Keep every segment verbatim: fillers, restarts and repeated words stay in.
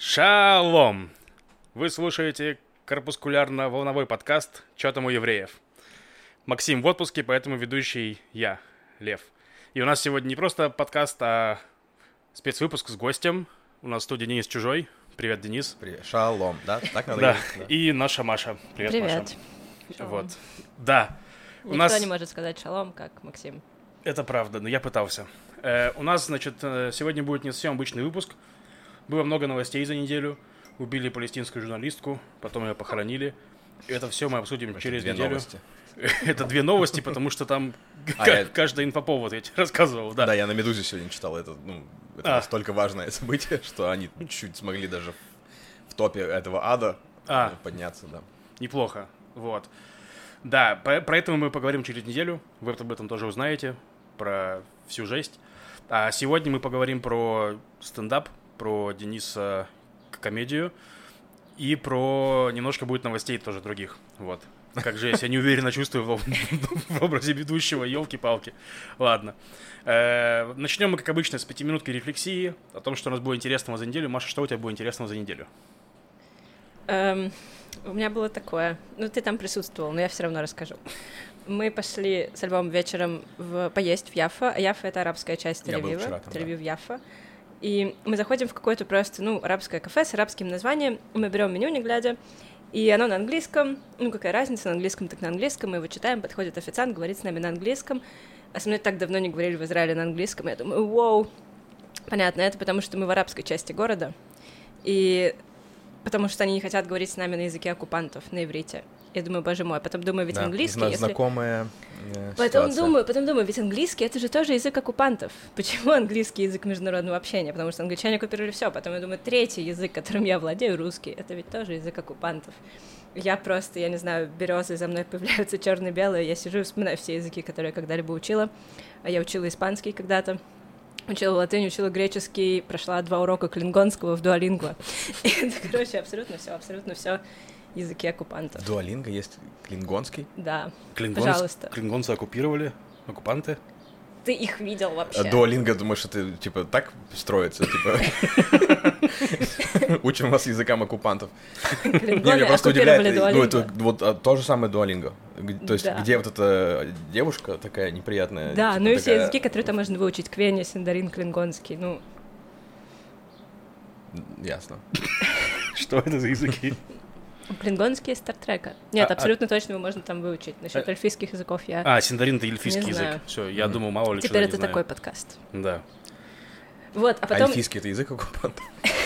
Шалом! Вы слушаете корпускулярно-волновой подкаст «Чё там у евреев?». Максим в отпуске, поэтому ведущий я, Лев. И у нас сегодня не просто подкаст, а спецвыпуск с гостем. У нас в студии Денис Чужой. Привет, Денис. Привет. Шалом, да? Так надо да. говорить? Да. И наша Маша. Привет, Привет. Маша. Шалом. Вот. Да. Никто у нас... не может сказать шалом, как Максим. Это правда, но я пытался. Э, у нас, значит, сегодня будет не совсем обычный выпуск. Было много новостей за неделю. Убили палестинскую журналистку, потом ее похоронили. И это все мы обсудим Это через две неделю. Новости. Это две новости, потому что там А, я- каждый инфоповод, я тебе рассказывал, да. Да, я на «Медузе» сегодня читал. Это, ну, это А. настолько важное событие, что они чуть смогли даже в топе этого ада А. э, подняться, да. Неплохо, вот. Да, по- про это мы поговорим через неделю, вы об этом тоже узнаете, про всю жесть. А сегодня мы поговорим про стендап, про Дениса комедию и про немножко будет новостей тоже других, вот. Как же я себя неуверенно чувствую в, в образе ведущего, елки-палки. Ладно. Э, начнем мы, как обычно, с пятиминуткой рефлексии о том, что у нас было интересного за неделю. Маша, что у тебя было интересного за неделю? Эм, у меня было такое. Ну, ты там присутствовал, но я все равно расскажу. Мы пошли с Львом вечером в, поесть в Яффа. А Яффа — это арабская часть Я был Тель-Авива. вчера там, да. Тель-Авив, Яффа. И мы заходим в какое-то просто, ну, арабское кафе с арабским названием. Мы берем меню, не глядя. И оно на английском. Ну, какая разница, на английском так на английском. Мы его читаем, подходит официант, говорит с нами на английском. А со мной так давно не говорили в Израиле на английском. Я думаю, вау. Понятно, это потому что мы в арабской части города. И потому что они не хотят говорить с нами на языке оккупантов, на иврите. Я думаю, боже мой. Потом думаю, ведь Да, английский, зна- если... Знакомая э, Потом ситуация. думаю, потом думаю, ведь английский — это же тоже язык оккупантов. Почему английский язык международного общения? Потому что англичане оккупировали все. Потом я думаю, третий язык, которым я владею, русский, это ведь тоже язык оккупантов. Я просто, я не знаю, березы за мной появляются черно-белые, я сижу и вспоминаю все языки, которые я когда-либо учила. А я учила испанский когда-то, учила латынь, учила греческий, прошла два урока клингонского в Дуолингво. Это, короче, абсолютно все, абсолютно все языки оккупантов. Дуолинго есть клингонский. Да, Клингонс- пожалуйста. Клингонцы оккупировали, оккупанты. Ты их видел вообще? А Дуолинго, думаешь, это типа так строится? Типа учим вас языкам оккупантов. Не, Клингоны меня просто оккупировали удивляет, ну, это Дуолинго. вот а, то же самое Дуолинго. Г- То есть, Да. где вот эта девушка такая неприятная. Да, типа ну и все такая- языки, которые там можно выучить. Квеня, Синдарин, Клингонский, ну... Ясно. Что это за языки? Клингонский из Стартрека. Нет, А- абсолютно точно его можно там выучить. Насчет эльфийских языков я... А, синдарин — это эльфийский Не язык. знаю. Все, я Мгм. думал, мало ли что Теперь я это не знаю. такой подкаст. Да. Вот, а А потом... эльфийский — это язык оккупантов?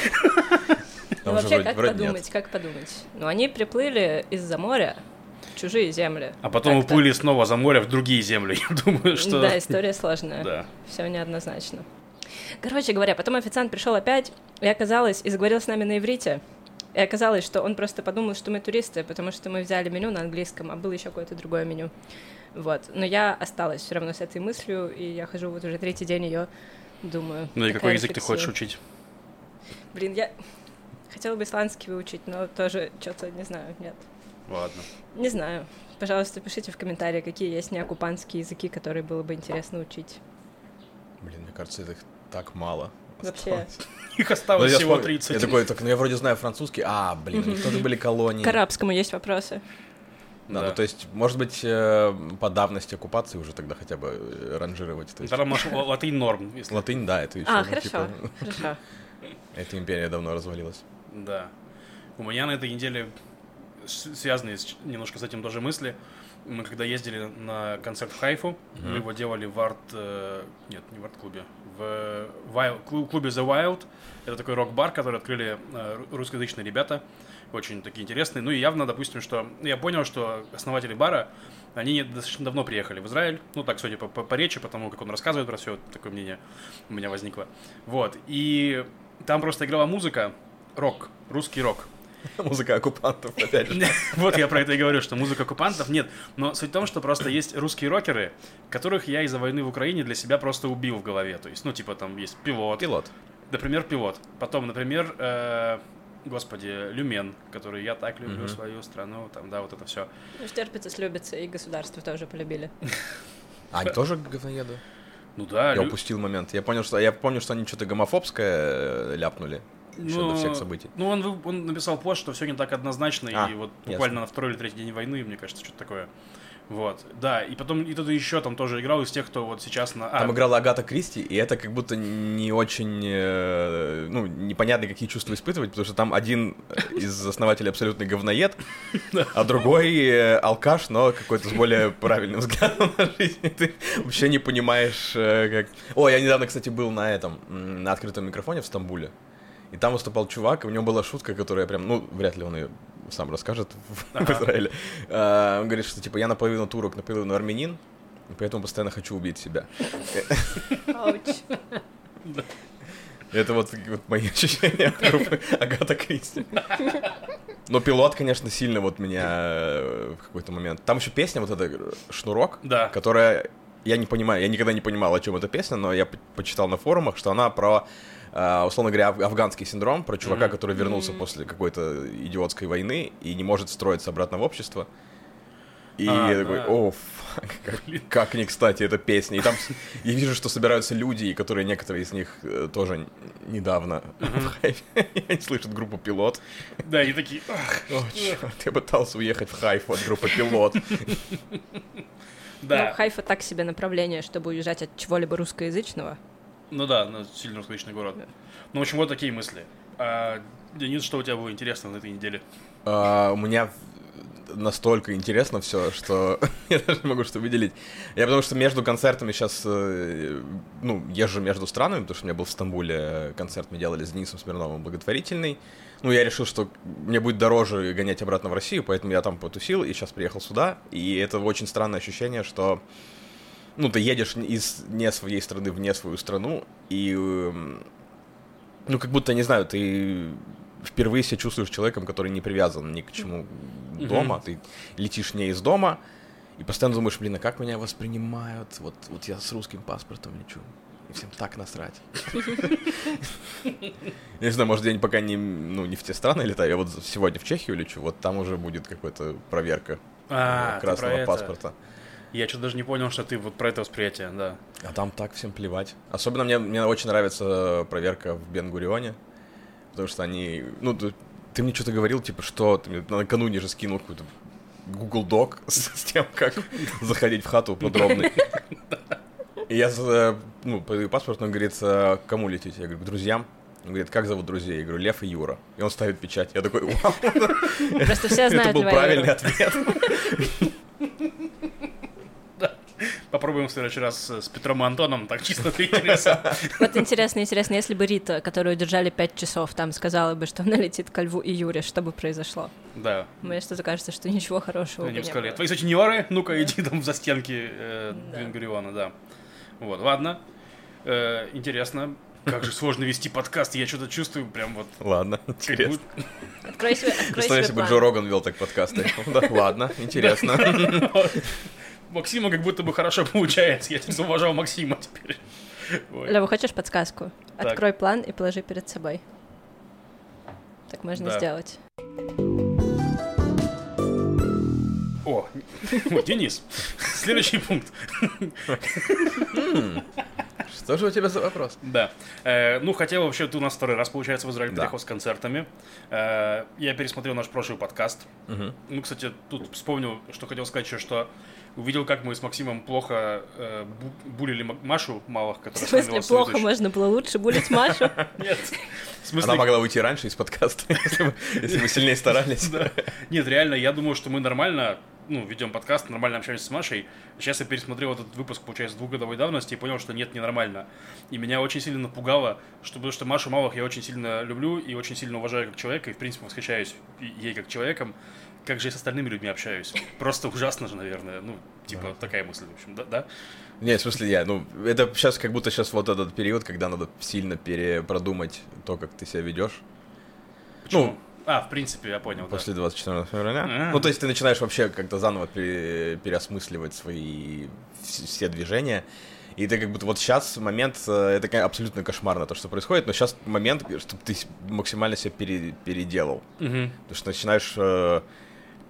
Ну, Там же вообще, вроде- как вроде нет. подумать, как подумать? Ну, они приплыли из-за моря в чужие земли. А потом Так-то. уплыли снова за море в другие земли. Я думаю, что... Да, история сложная. Да. Все неоднозначно. Короче говоря, потом официант пришел опять, и оказалось, и заговорил с нами на иврите. И оказалось, что он просто подумал, что мы туристы, потому что мы взяли меню на английском, а было еще какое-то другое меню. Вот. Но я осталась все равно с этой мыслью, и я хожу вот уже третий день ее думаю. Ну и такая какой язык ты рефлексия. хочешь учить? Блин, я хотела бы исландский выучить, но тоже что-то не знаю, нет. Ладно. Не знаю. Пожалуйста, пишите в комментариях, какие есть неоккупантские языки, которые было бы интересно учить. Блин, мне кажется, их так мало. Вообще. осталось. Их Ну, осталось я всего вспом- тридцать. Я такой, так, ну я вроде знаю французский. А, блин, у них тоже были колонии. К арабскому есть вопросы. Да, Да. ну то есть, может быть, э, по давности оккупации уже тогда хотя бы э, ранжировать. То есть, Тогда, может, ла- латынь норм. Если... латынь, да, это еще. А, ну, хорошо, типа, хорошо. эта империя давно развалилась. Да. У меня на этой неделе с- связанные с- немножко с этим тоже мысли. Мы когда ездили на концерт в Хайфу, Мгм. мы его делали в арт... э, Нет, не в арт-клубе. В Wild- клу- клубе The Wild. Это такой рок-бар, который открыли э, ру- русскоязычные ребята. Очень такие интересные. Ну и явно, допустим, что... Я понял, что основатели бара, они достаточно давно приехали в Израиль. Ну так, судя по, по, по речи, потому как он рассказывает про все, такое мнение у меня возникло. Вот. И там просто играла музыка, рок, русский рок. Музыка оккупантов, опять же. Вот я про это и говорю, что музыка оккупантов нет. Но суть в том, что просто есть русские рокеры, которых я из-за войны в Украине для себя просто убил в голове. То есть, ну, типа, там есть пилот. Пилот. Например, пилот. Потом, например, э, господи, Люмен, который я так люблю Мгм. свою страну, там, да, вот это все. Ну, терпится, слюбится, и государство тоже полюбили. А они тоже говноеды? Ну да, Я Лю- упустил момент. Я понял, что я помню, что они что-то гомофобское э, ляпнули. еще ну, до всех событий. Ну, он, вы- он написал пост, что все не так однозначно, А, и вот ясно. буквально на второй или третий день войны, мне кажется, что-то такое. Вот, да, и потом и кто-то еще там тоже играл из тех, кто вот сейчас на... Там а, играла Агата Кристи, и это как будто не очень, э, ну, непонятно, какие чувства испытывать, потому что там один из основателей абсолютный говноед, а другой э, алкаш, но какой-то с более правильным взглядом на жизнь. Ты вообще не понимаешь, э, как... О, я недавно, кстати, был на этом, м, на открытом микрофоне в Стамбуле, и там выступал чувак, и у него была шутка, которая прям, ну, вряд ли он ее сам расскажет в, в Израиле. А, он говорит, что типа я наполовину турок, наполовину армянин, и поэтому постоянно хочу убить себя. Ауч. Это вот, вот мои ощущения от группы Агата Кристи. Но пилот, конечно, сильно вот меня э, в какой-то момент. Там еще песня вот эта «Шнурок», Да. которая, я не понимаю, я никогда не понимал, о чем эта песня, но я по- почитал на форумах, что она про, э, условно говоря, аф- афганский синдром, про чувака, Мгм. который вернулся после какой-то идиотской войны и не может встроиться обратно в общество. И А, я такой, да. о, фак, как, как не кстати эта песня. И там с- я вижу, что собираются люди, и которые некоторые из них э, тоже н- недавно в хайфе. И они слышат группу «Пилот». Да, и такие... «Ах, О, черт, я пытался уехать в Хайфу от группы «Пилот». да». Ну, Хайфа так себе направление, чтобы уезжать от чего-либо русскоязычного. Ну да, ну, сильно русскоязычный город. Ну, в общем, вот такие мысли. А, Денис, что у тебя было интересно на этой неделе? А, у меня настолько интересно все, что я даже не могу что выделить. Я потому что между концертами сейчас, э, ну, езжу между странами, потому что у меня был в Стамбуле концерт, мы делали с Денисом Смирновым благотворительный. Ну, я решил, что мне будет дороже гонять обратно в Россию, поэтому я там потусил и сейчас приехал сюда. И это очень странное ощущение, что, ну, ты едешь из не своей страны в не свою страну, и, эм, ну, как будто, не знаю, ты впервые себя чувствуешь человеком, который не привязан ни к чему дома, ты летишь не из дома, и постоянно думаешь, блин, а как меня воспринимают, вот, вот я с русским паспортом лечу, и всем так насрать. Не знаю, может, я пока не, ну, не в те страны летаю, я вот сегодня в Чехию лечу, вот там уже будет какая-то проверка А, э, ты красного про это. паспорта. Я что-то даже не понял, что ты вот про это восприятие, да. А там так всем плевать. Особенно мне, мне очень нравится проверка в Бен-Гурионе, потому что они... Ну, ты, ты мне что-то говорил, типа, что... Ты мне накануне же скинул какой-то Google Doc с, с тем, как заходить в хату подробный. И я, за- ну, подаю паспорт, он говорит, «А к кому летите?» Я говорю, к друзьям. Он говорит, как зовут друзей? Я говорю, Лев и Юра. И он ставит печать. Я такой, вау. Просто все Это знают был Льва правильный Юру. ответ. Попробуем в следующий раз с с Петром и Антоном, так чисто для интереса. Вот интересно, интересно, если бы Рита, которую держали пять часов, там сказала бы, что она летит ко Льву и Юре, что бы произошло? Да. Мне что-то кажется, что ничего хорошего бы Они не бы сказали, было. твои сутенеры, ну-ка иди там за стенки э, Да. Бен-Гуриона, да. Вот, ладно. Э, интересно. Как же сложно вести подкаст, я что-то чувствую прям вот... Ладно, как интересно. будто- Открой себе, открой Представь, себе если бы план. Джо Роган вел так подкасты. Ну да, ладно, интересно. Максима как будто бы хорошо получается, я теперь уважал Максима теперь. Ой. Лёва, хочешь подсказку? Так. Открой план и положи перед собой. Так можно Да. сделать. О, вот, Денис, следующий пункт. Что же у тебя за вопрос? Да. Э, ну, хотел вообще, ты у нас второй раз, получается, в Израиль Да. приехал с концертами. Э, я пересмотрел наш прошлый подкаст. Мгм. Ну, кстати, тут вспомнил, что хотел сказать еще, что увидел, как мы с Максимом плохо э, бу- булили Ма- Машу Малых, В которая с нами смысле, была плохо соведущей. можно было лучше булить Машу? Нет. В смысле, Она могла уйти раньше из подкаста, если бы, если бы сильнее старались. да. Нет, реально, я думаю, что мы нормально, ну, ведем подкаст, нормально общаемся с Машей. Сейчас я пересмотрел этот выпуск, получается, двухгодовой давности и понял, что нет, ненормально. И меня очень сильно напугало, что, потому что Машу Малых я очень сильно люблю и очень сильно уважаю как человека, и, в принципе, восхищаюсь ей как человеком. Как же я с остальными людьми общаюсь? Просто ужасно же, наверное. Ну, типа, такая мысль, в общем, да? да? Нет, в смысле, я, ну, это сейчас как будто сейчас вот этот период, когда надо сильно перепродумать то, как ты себя ведешь. Почему? Ну, А, в принципе, я понял, после да. двадцать четвёртого февраля. А. Ну, то есть ты начинаешь вообще как-то заново пере- переосмысливать свои вс- все движения. И ты как будто вот сейчас момент, э, это конечно, абсолютно кошмарно то, что происходит, но сейчас момент, чтобы ты с- максимально себя пере- переделал. Мгм. Потому что начинаешь э,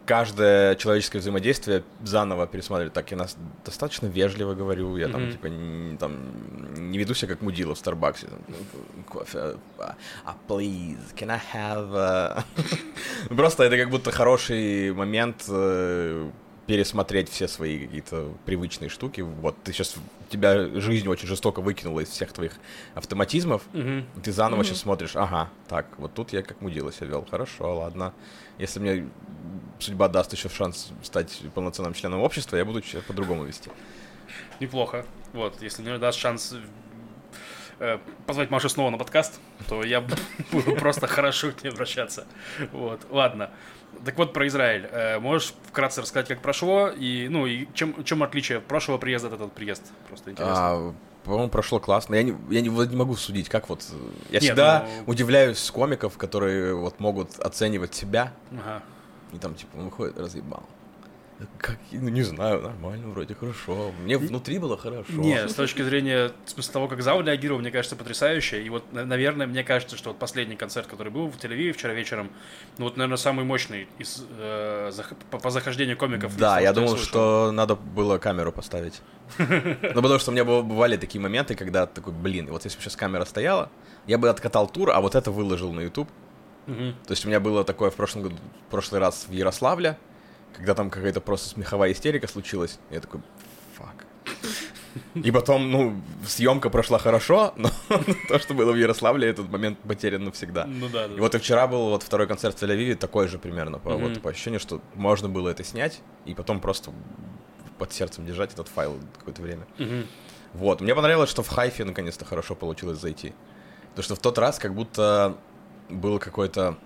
каждое человеческое взаимодействие заново пересматривать. Так, я нас достаточно вежливо говорю, я там, mm-hmm. типа, не, там, не веду себя как мудила в Старбаксе. Там, кофе, а, please, can I have... A... Просто это как будто хороший момент э, пересмотреть все свои какие-то привычные штуки. Вот, ты сейчас... Тебя жизнь очень жестоко выкинула из всех твоих автоматизмов, mm-hmm. и ты заново mm-hmm. сейчас смотришь, ага, так, вот тут я как мудила себя вел, хорошо, ладно. Если мне судьба даст еще шанс стать полноценным членом общества, я буду себя по-другому вести. Неплохо. Вот, если мне даст шанс э, позвать Машу снова на подкаст, то я буду просто хорошо к ней обращаться. Вот, ладно. Так вот, про Израиль. Э, можешь вкратце рассказать, как прошло, и, ну, и чем, чем отличие прошлого приезда от этого приезда? Просто интересно. А, по-моему, прошло классно. Я, не, я не, не могу судить, как вот... Я Нет, всегда ну... удивляюсь с комиков, которые вот могут оценивать себя. Ага. И там, типа, он выходит, разъебал. Как, ну, не знаю, нормально, вроде хорошо. Мне внутри было хорошо. Нет, с точки зрения, в смысле того, как зал реагировал, мне кажется, потрясающе. И вот, наверное, мне кажется, что вот последний концерт, который был в Тель-Авиве вчера вечером, ну вот, наверное, самый мощный из, э, за, по, по захождению комиков. Да, того, я что думал, я что надо было камеру поставить. Ну, потому что у меня бывали такие моменты, когда такой, блин, вот если бы сейчас камера стояла, я бы откатал тур, а вот это выложил на YouTube. То есть у меня было такое в прошлом году, в прошлый раз в Ярославле, когда там какая-то просто смеховая истерика случилась, я такой, фак. И потом, ну, съемка прошла хорошо, но то, что было в Ярославле, этот момент потерян навсегда. Ну да, да. И вот и вчера был вот второй концерт в Тель-Авиве, такой же примерно, по, mm-hmm. вот, по ощущению, что можно было это снять, и потом просто под сердцем держать этот файл какое-то время. Mm-hmm. Вот, мне понравилось, что в Хайфе наконец-то хорошо получилось зайти. Потому что в тот раз как будто был какой-то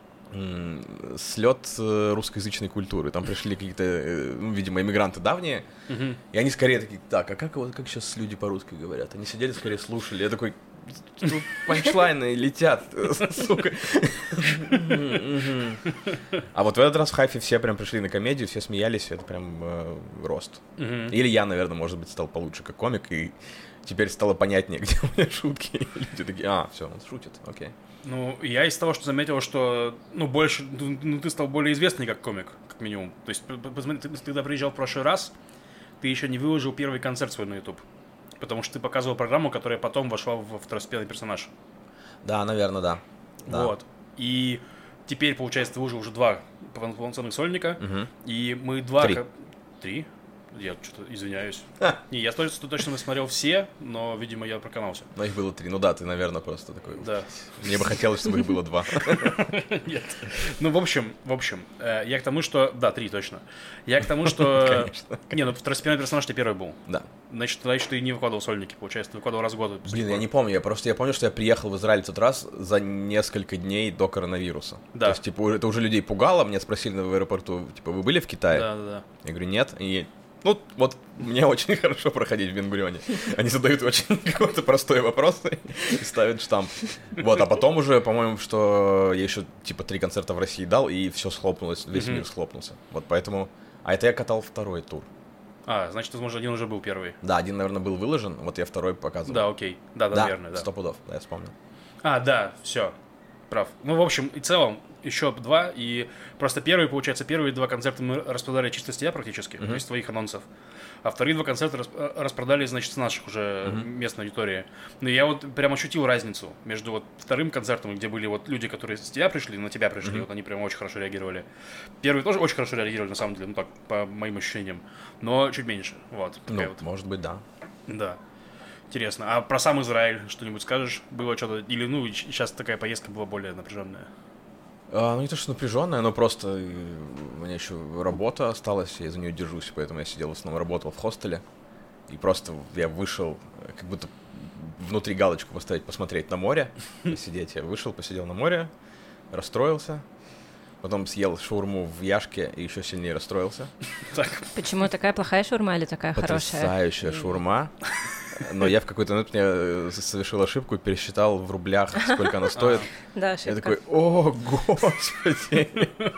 слет русскоязычной культуры. Там пришли какие-то, ну, видимо, иммигранты давние, uh-huh. и они скорее такие, так, а как, вот, как сейчас люди по-русски говорят? Они сидели, скорее слушали. Я такой, тут панчлайны летят, сука. А вот в этот раз в Хайфе все прям пришли на комедию, все смеялись, это прям рост. Или я, наверное, может быть, стал получше как комик, и теперь стало понятнее, где у меня шутки. И люди такие, а, все, он шутит, окей. Ну, я из того, что заметил, что, ну, больше, ну, ты стал более известный как комик, как минимум. То есть, посмотри, ты, ты когда приезжал в прошлый раз, ты еще не выложил первый концерт свой на YouTube. Потому что ты показывал программу, которая потом вошла в второстепенный персонаж. Да, наверное, да. Вот. Да. И теперь, получается, ты выложил уже два полноценных сольника. Угу. И мы два... Три. Три? Я что-то извиняюсь. А. Не, я точно, точно смотрел все, но, видимо, я проканался. Но их было три. Ну да, ты, наверное, просто такой. Да. Мне бы хотелось, чтобы их было два. Нет. Ну, в общем, в общем, я к тому, что... Да, три точно. Я к тому, что... Конечно. Не, ну второстепенный персонаж ты первый был. Да. Значит, значит, ты не выкладывал сольники, получается, ты выкладывал раз в год. Блин, я не помню, я просто я помню, что я приехал в Израиль в тот раз за несколько дней до коронавируса. Да. То есть, типа, это уже людей пугало, меня спросили в аэропорту, типа, вы были в Китае? Да, да, да. Я говорю, нет, и... Ну, вот мне очень хорошо проходить в Бен-Гурионе. Они задают очень какой-то простой вопрос и ставят штамп. Вот, а потом уже, по-моему, что я еще типа три концерта в России дал, и все схлопнулось, весь mm-hmm. мир схлопнулся. Вот поэтому... А это я катал второй тур. А, значит, возможно, один уже был первый. Да, один, наверное, был выложен, вот я второй показывал. Да, окей. Да, да, да наверное, да. сто пудов, да, я вспомнил. А, да, все, прав. Ну, в общем, и целом, еще два, и просто первые, получается, первые два концерта мы распродали чисто с тебя практически, uh-huh. то есть твоих анонсов, а вторые два концерта расп- распродали, значит, с наших уже uh-huh. местной аудитории. Но я вот прям ощутил разницу между вот вторым концертом, где были вот люди, которые с тебя пришли, на тебя пришли, uh-huh. вот они прям очень хорошо реагировали. Первые тоже очень хорошо реагировали, на самом деле, ну так, по моим ощущениям, но чуть меньше, вот. Ну, вот. может быть, да. Да. Интересно. А про сам Израиль что-нибудь скажешь? Было что-то, или, ну, сейчас такая поездка была более напряженная? А, ну, не то, что напряженная, но просто у меня еще работа осталась, я за нее держусь, поэтому я сидел в основном, работал в хостеле, и просто я вышел, как будто внутри галочку поставить, посмотреть на море, посидеть. Я вышел, посидел на море, расстроился, потом съел шаурму в Яшке и еще сильнее расстроился. Почему такая плохая шаурма или такая хорошая? Потрясающая шаурма. Но я в какой-то момент мне совершил ошибку и пересчитал в рублях, сколько она стоит. Да, ошибка. Я такой, о, господи.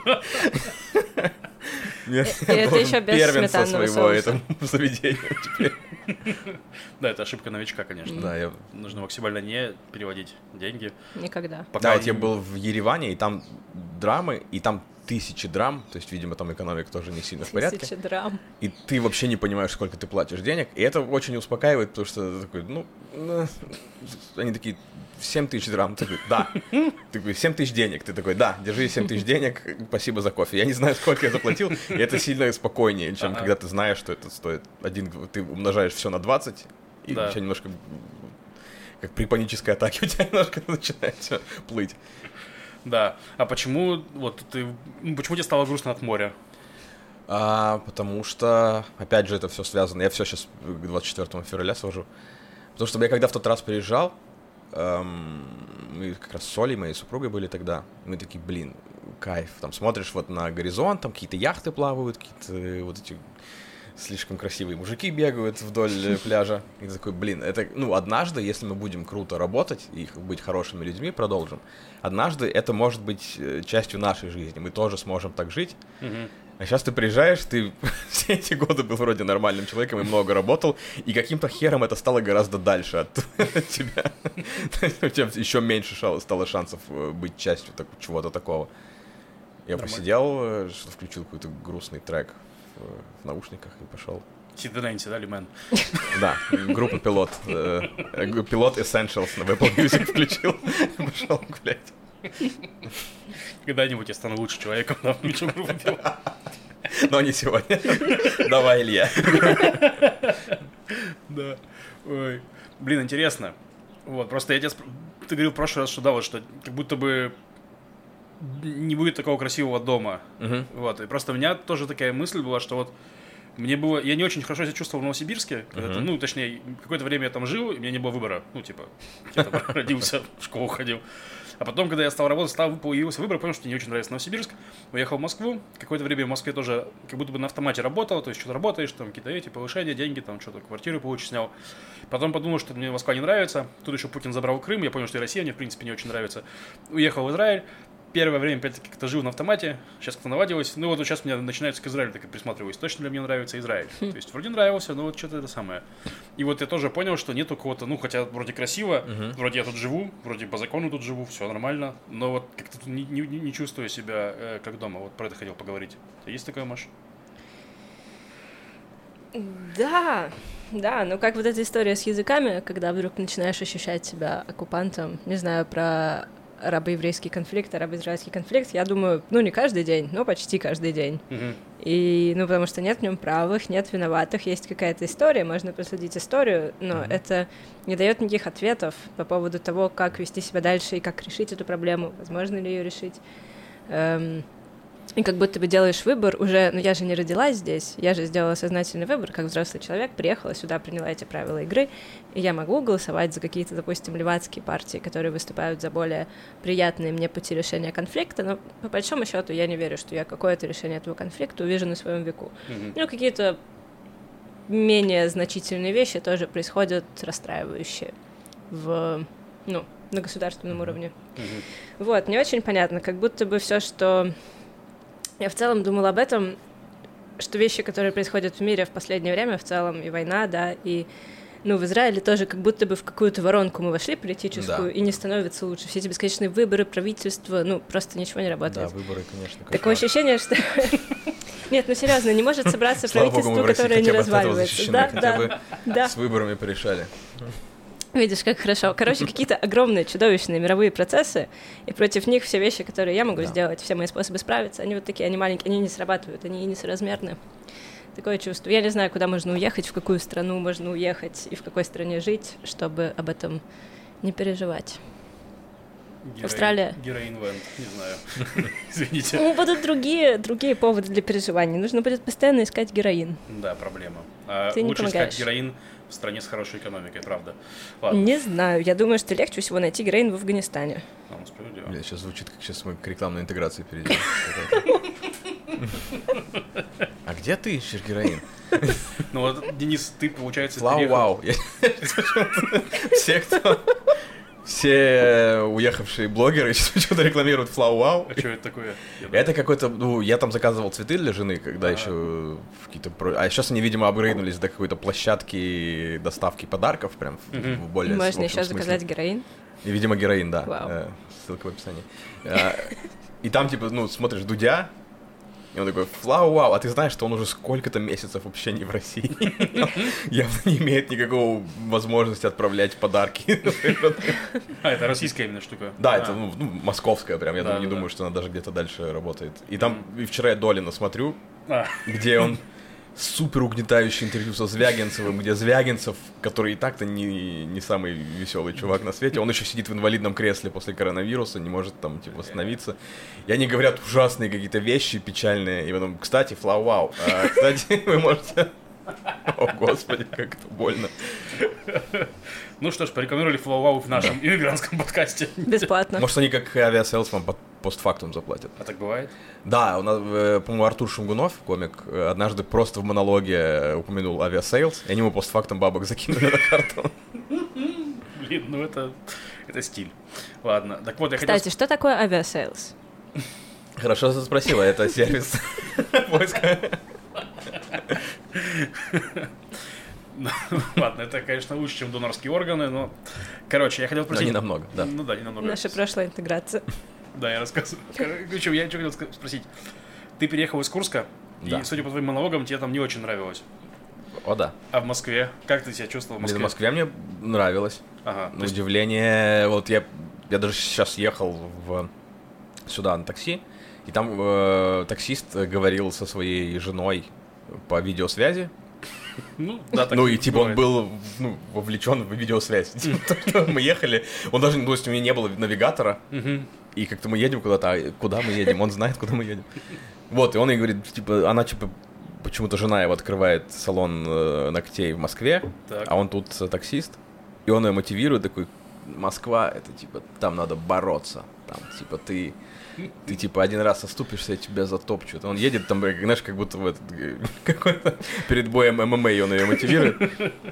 Это еще без сметанного своего этому заведению теперь. Да, это ошибка новичка, конечно. Да, я... Нужно максимально не переводить деньги. Никогда. Да, вот я был в Ереване, и там драмы, и там тысячи драм, то есть, видимо, там экономика тоже не сильно в порядке. Тысяча драм. И ты вообще не понимаешь, сколько ты платишь денег, и это очень успокаивает, потому что такой, ну, ну они такие, семь тысяч драм, ты такой, да, ты такой, семь тысяч денег, ты такой, да, держи семь тысяч денег, спасибо за кофе. Я не знаю, сколько я заплатил, и это сильно спокойнее, чем когда ты знаешь, что это стоит один, ты умножаешь все на двадцать, и да. у тебя немножко, как при панической атаке, у тебя немножко начинает все плыть. Да. А почему вот ты, почему тебе стало грустно от моря? А, потому что, опять же, это все связано. Я все сейчас к двадцать четвёртому февраля свожу. Потому что я когда в тот раз приезжал, эм, мы как раз с Олей, моей супругой, были тогда. Мы такие, блин, кайф. Там смотришь вот на горизонт, там какие-то яхты плавают, какие-то вот эти слишком красивые мужики бегают вдоль пляжа. И ты такой, блин, это, ну, однажды, если мы будем круто работать и быть хорошими людьми, продолжим, однажды это может быть частью нашей жизни. Мы тоже сможем так жить. Mm-hmm. А сейчас ты приезжаешь, ты все эти годы был вроде нормальным человеком и много работал, и каким-то хером это стало гораздо дальше от тебя. У тебя еще меньше стало шансов быть частью чего-то такого. Я посидел, что включил какой-то грустный трек в наушниках и пошел. Сиды Нэнси, да, Лимен? Да, группа Пилот. Пилот Essentials на Apple Music включил и пошел гулять. Когда-нибудь я стану лучше человеком, да, включу группу Пилот. Но не сегодня. Давай, Илья. Да. Ой. Блин, интересно. Вот, просто я тебе... Ты говорил в прошлый раз, что да, вот, что как будто бы не будет такого красивого дома. Uh-huh. Вот, и просто у меня тоже такая мысль была, что вот мне было... Я не очень хорошо себя чувствовал в Новосибирске, uh-huh. ну, точнее, какое-то время я там жил, и у меня не было выбора. Ну, типа, я там родился, в школу ходил. А потом, когда я стал работать, стал, появился выбор, понял, что мне очень нравится Новосибирск. Уехал в Москву. Какое-то время в Москве тоже как будто бы на автомате работал, то есть что-то работаешь, там какие-то эти повышения, деньги, там что-то, квартиру получше снял. Потом подумал, что мне Москва не нравится. Тут еще Путин забрал Крым, я понял, что и Россия мне, в принципе, не очень нравится. Уехал в Израиль. Первое время, опять-таки, как-то жил на автомате, сейчас как-то наладилось. Ну вот, вот сейчас у меня начинается к Израилю, так и присматриваюсь. Точно ли мне нравится Израиль? То есть вроде нравился, но вот что-то это самое. И вот я тоже понял, что нету кого-то, ну хотя вроде красиво, uh-huh. вроде я тут живу, вроде по закону тут живу, все нормально, но вот как-то тут не, не, не чувствую себя э, как дома. Вот про это хотел поговорить. У тебя есть такое, Маш? Да, да, ну как вот эта история с языками, когда вдруг начинаешь ощущать себя оккупантом, не знаю, про... арабо-еврейский конфликт, арабо-израильский конфликт, я думаю, ну, не каждый день, но почти каждый день. Uh-huh. И, ну, потому что нет в нем правых, нет виноватых, есть какая-то история, можно проследить историю, но uh-huh. это не дает никаких ответов по поводу того, как вести себя дальше и как решить эту проблему, возможно ли ее решить. Эм... И как будто бы делаешь выбор уже, ну я же не родилась здесь, я же сделала сознательный выбор, как взрослый человек, приехала сюда, приняла эти правила игры, и я могу голосовать за какие-то, допустим, левацкие партии, которые выступают за более приятные мне пути решения конфликта, но по большому счету я не верю, что я какое-то решение этого конфликта увижу на своем веку. Mm-hmm. Ну, какие-то менее значительные вещи тоже происходят расстраивающие в, ну, на государственном уровне. Mm-hmm. Вот, не очень понятно, как будто бы все, что... Я в целом думала об этом, что вещи, которые происходят в мире в последнее время, в целом и война, да, и, ну, в Израиле тоже как будто бы в какую-то воронку мы вошли политическую, да. И не становится лучше. Все эти бесконечные выборы, правительства, ну, просто ничего не работает. Да, выборы, конечно. Такое ощущение, что... Нет, ну серьезно, не может собраться правительство, которое не разваливается. Да, да, да. С выборами порешали. Видишь, как хорошо. Короче, какие-то огромные, чудовищные мировые процессы, и против них все вещи, которые я могу да. сделать, все мои способы справиться, они вот такие, они маленькие, они не срабатывают, они несоразмерны. Такое чувство. Я не знаю, куда можно уехать, в какую страну можно уехать и в какой стране жить, чтобы об этом не переживать. Героин, Австралия. Героин-вент, не знаю. Извините. Ну, будут другие, другие поводы для переживаний. Нужно будет постоянно искать героин. Да, проблема. А Ты лучше не искать героин в стране с хорошей экономикой, правда. Ладно. Не знаю. Я думаю, что легче всего найти героин в Афганистане. А, ну, справедливо. Блин, сейчас звучит, как сейчас мы к рекламной интеграции перейдем. А где ты ищешь героин? Ну вот, Денис, ты, получается, Флау вау. Все, кто... Все уехавшие блогеры сейчас почему-то рекламируют Флау вау. А что это такое? Это какой-то, ну, я там заказывал цветы для жены, когда А-а-а. еще какие-то... А сейчас они, видимо, апгрейднулись до какой-то площадки доставки подарков, прям mm-hmm. в более... Можно еще заказать героин? И, видимо, героин, да. Вау. Ссылка в описании. И там, типа, ну, смотришь Дудя, И он такой, флау, вау, а ты знаешь, что он уже сколько-то месяцев вообще не в России? Явно не имеет никакого возможности отправлять подарки. А, это российская именно штука? Да, это ну, московская прям, я не думаю, что она даже где-то дальше работает. И там, и вчера я Долина смотрю, где он супер угнетающее интервью со Звягинцевым, где Звягинцев, который и так-то не, не самый веселый чувак на свете, он еще сидит в инвалидном кресле после коронавируса, не может там типа восстановиться. И они говорят ужасные какие-то вещи печальные. И потом, кстати, флау вау, а, кстати, вы можете... О, господи, как это больно. Ну что ж, порекомендовали флау вау в нашем иммигрантском подкасте. Бесплатно. Может, они как авиаселс вам постфактум заплатят. А так бывает? Да, у нас, по-моему, Артур Шунгунов, комик, однажды просто в монологе упомянул авиасейлс, и они ему постфактум бабок закинули на карту. Блин, ну это, это стиль. Ладно, так вот я Кстати, хотел... что такое авиасейлс? Хорошо, что спросила, это сервис поиска. Ладно, это, конечно, лучше, чем донорские органы, но... Короче, я хотел спросить... Но не намного, да. Ну да, не намного. Наша прошлая интеграция. Да, я рассказываю. Короче, я что хотел спросить. Ты переехал из Курска, да. И, судя по твоим монологам, тебе там не очень нравилось. О, да. А в Москве? Как ты себя чувствовал в Москве? В Москве мне нравилось. Ага. На удивление, вот я, я даже сейчас ехал в, сюда на такси, и там э, таксист говорил со своей женой по видеосвязи. Ну, да, так ну и типа бывает. Он был ну, вовлечен в видеосвязь. Мы ехали, он даже, то есть у меня не было навигатора, и как-то мы едем куда-то, а куда мы едем, он знает, куда мы едем. Вот, и он ей говорит, типа, она типа, почему-то жена его открывает салон э, ногтей в Москве, так. А он тут таксист, и он ее мотивирует, такой, Москва, это типа, там надо бороться, там, типа, ты... Ты, типа, один раз оступишься, и тебя затопчут. Он едет там, знаешь, как будто в этот, какой-то перед боем ММА, и он ее мотивирует.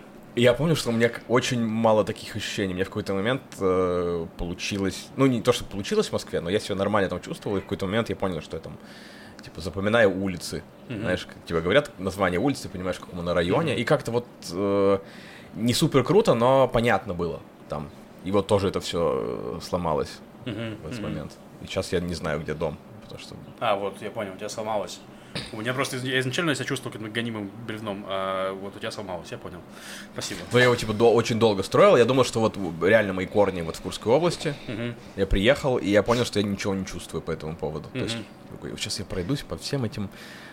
И я помню, что у меня очень мало таких ощущений. У меня в какой-то момент э, получилось... Ну, не то, что получилось в Москве, но я себя нормально там чувствовал, и в какой-то момент я понял, что я там, типа, запоминаю улицы. Mm-hmm. Знаешь, как тебе говорят название улицы, понимаешь, в каком она районе. Mm-hmm. И как-то вот э, не супер круто, но понятно было там. И вот тоже это все сломалось mm-hmm. в этот mm-hmm. момент. И сейчас я не знаю, где дом, потому что... А, вот, я понял, у тебя сломалось. У меня просто... Я изначально себя чувствовал каким-то гонимым бревном, а вот у тебя сломалось, я понял. Спасибо. Ну, я его, типа, до, очень долго строил. Я думал, что вот реально мои корни вот в Курской области. Uh-huh. Я приехал, и я понял, что я ничего не чувствую по этому поводу. Uh-huh. То есть, сейчас я пройдусь по всем этим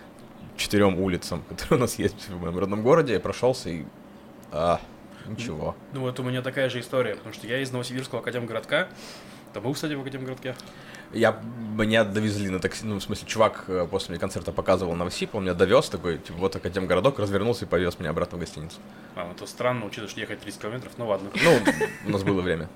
четырем улицам, которые у нас есть в моем родном городе. Я прошелся, и... А, ничего. Ну, вот у меня такая же история, потому что я из Новосибирского академгородка. Ты был, кстати, в академгородке? Я, меня довезли на такси, ну, в смысле, чувак после меня концерта показывал Новосиб, он меня довез, такой, типа, вот Академгородок, развернулся и повез меня обратно в гостиницу. А, ну это странно, учитывая, что ехать тридцать километров, ну ладно. Ну, у нас было время.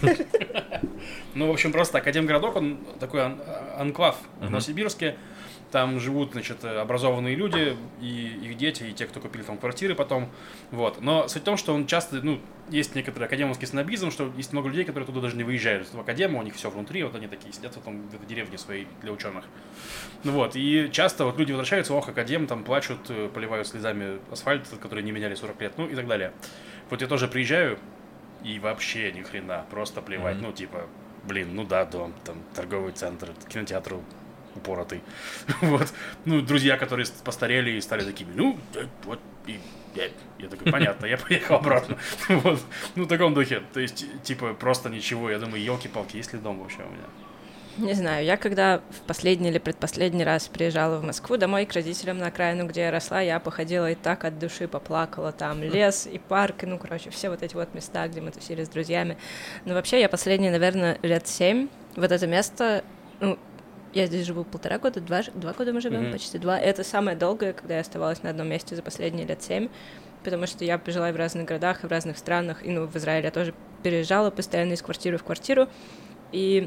Ну, в общем, просто Академгородок, он такой анклав в Новосибирске. Там живут, значит, образованные люди, и их дети, и те, кто купили там квартиры потом, вот. Но суть в том, что он часто, ну, есть некоторый академовский снобизм, что есть много людей, которые туда даже не выезжают в академу, у них все внутри, вот они такие сидят в там в деревне своей для ученых. Ну вот, и часто вот люди возвращаются, ох, академ, там плачут, поливают слезами асфальт, который не меняли сорок лет, ну и так далее. Вот я тоже приезжаю, и вообще ни хрена, просто плевать, mm-hmm. ну, типа, блин, ну да, дом, там, торговый центр, кинотеатр упоротый. Вот. Ну, друзья, которые постарели и стали такими, ну, вот, и я, я такой, понятно, я поехал обратно. Вот. Ну, в таком духе. То есть, типа, просто ничего. Я думаю, елки-палки, есть ли дом вообще у меня? Не знаю, я когда в последний или предпоследний раз приезжала в Москву домой к родителям на окраину, где я росла, я походила и так от души поплакала. Там лес и парк, и, ну, короче, все вот эти вот места, где мы тусили с друзьями. Но вообще я последние, наверное, лет семь вот это место, ну, я здесь живу полтора года, два, два года мы живем, mm-hmm. почти два. Это самое долгое, когда я оставалась на одном месте за последние лет семь, потому что я пожила и в разных городах, и в разных странах, и, ну, в Израиле я тоже переезжала постоянно из квартиры в квартиру, и,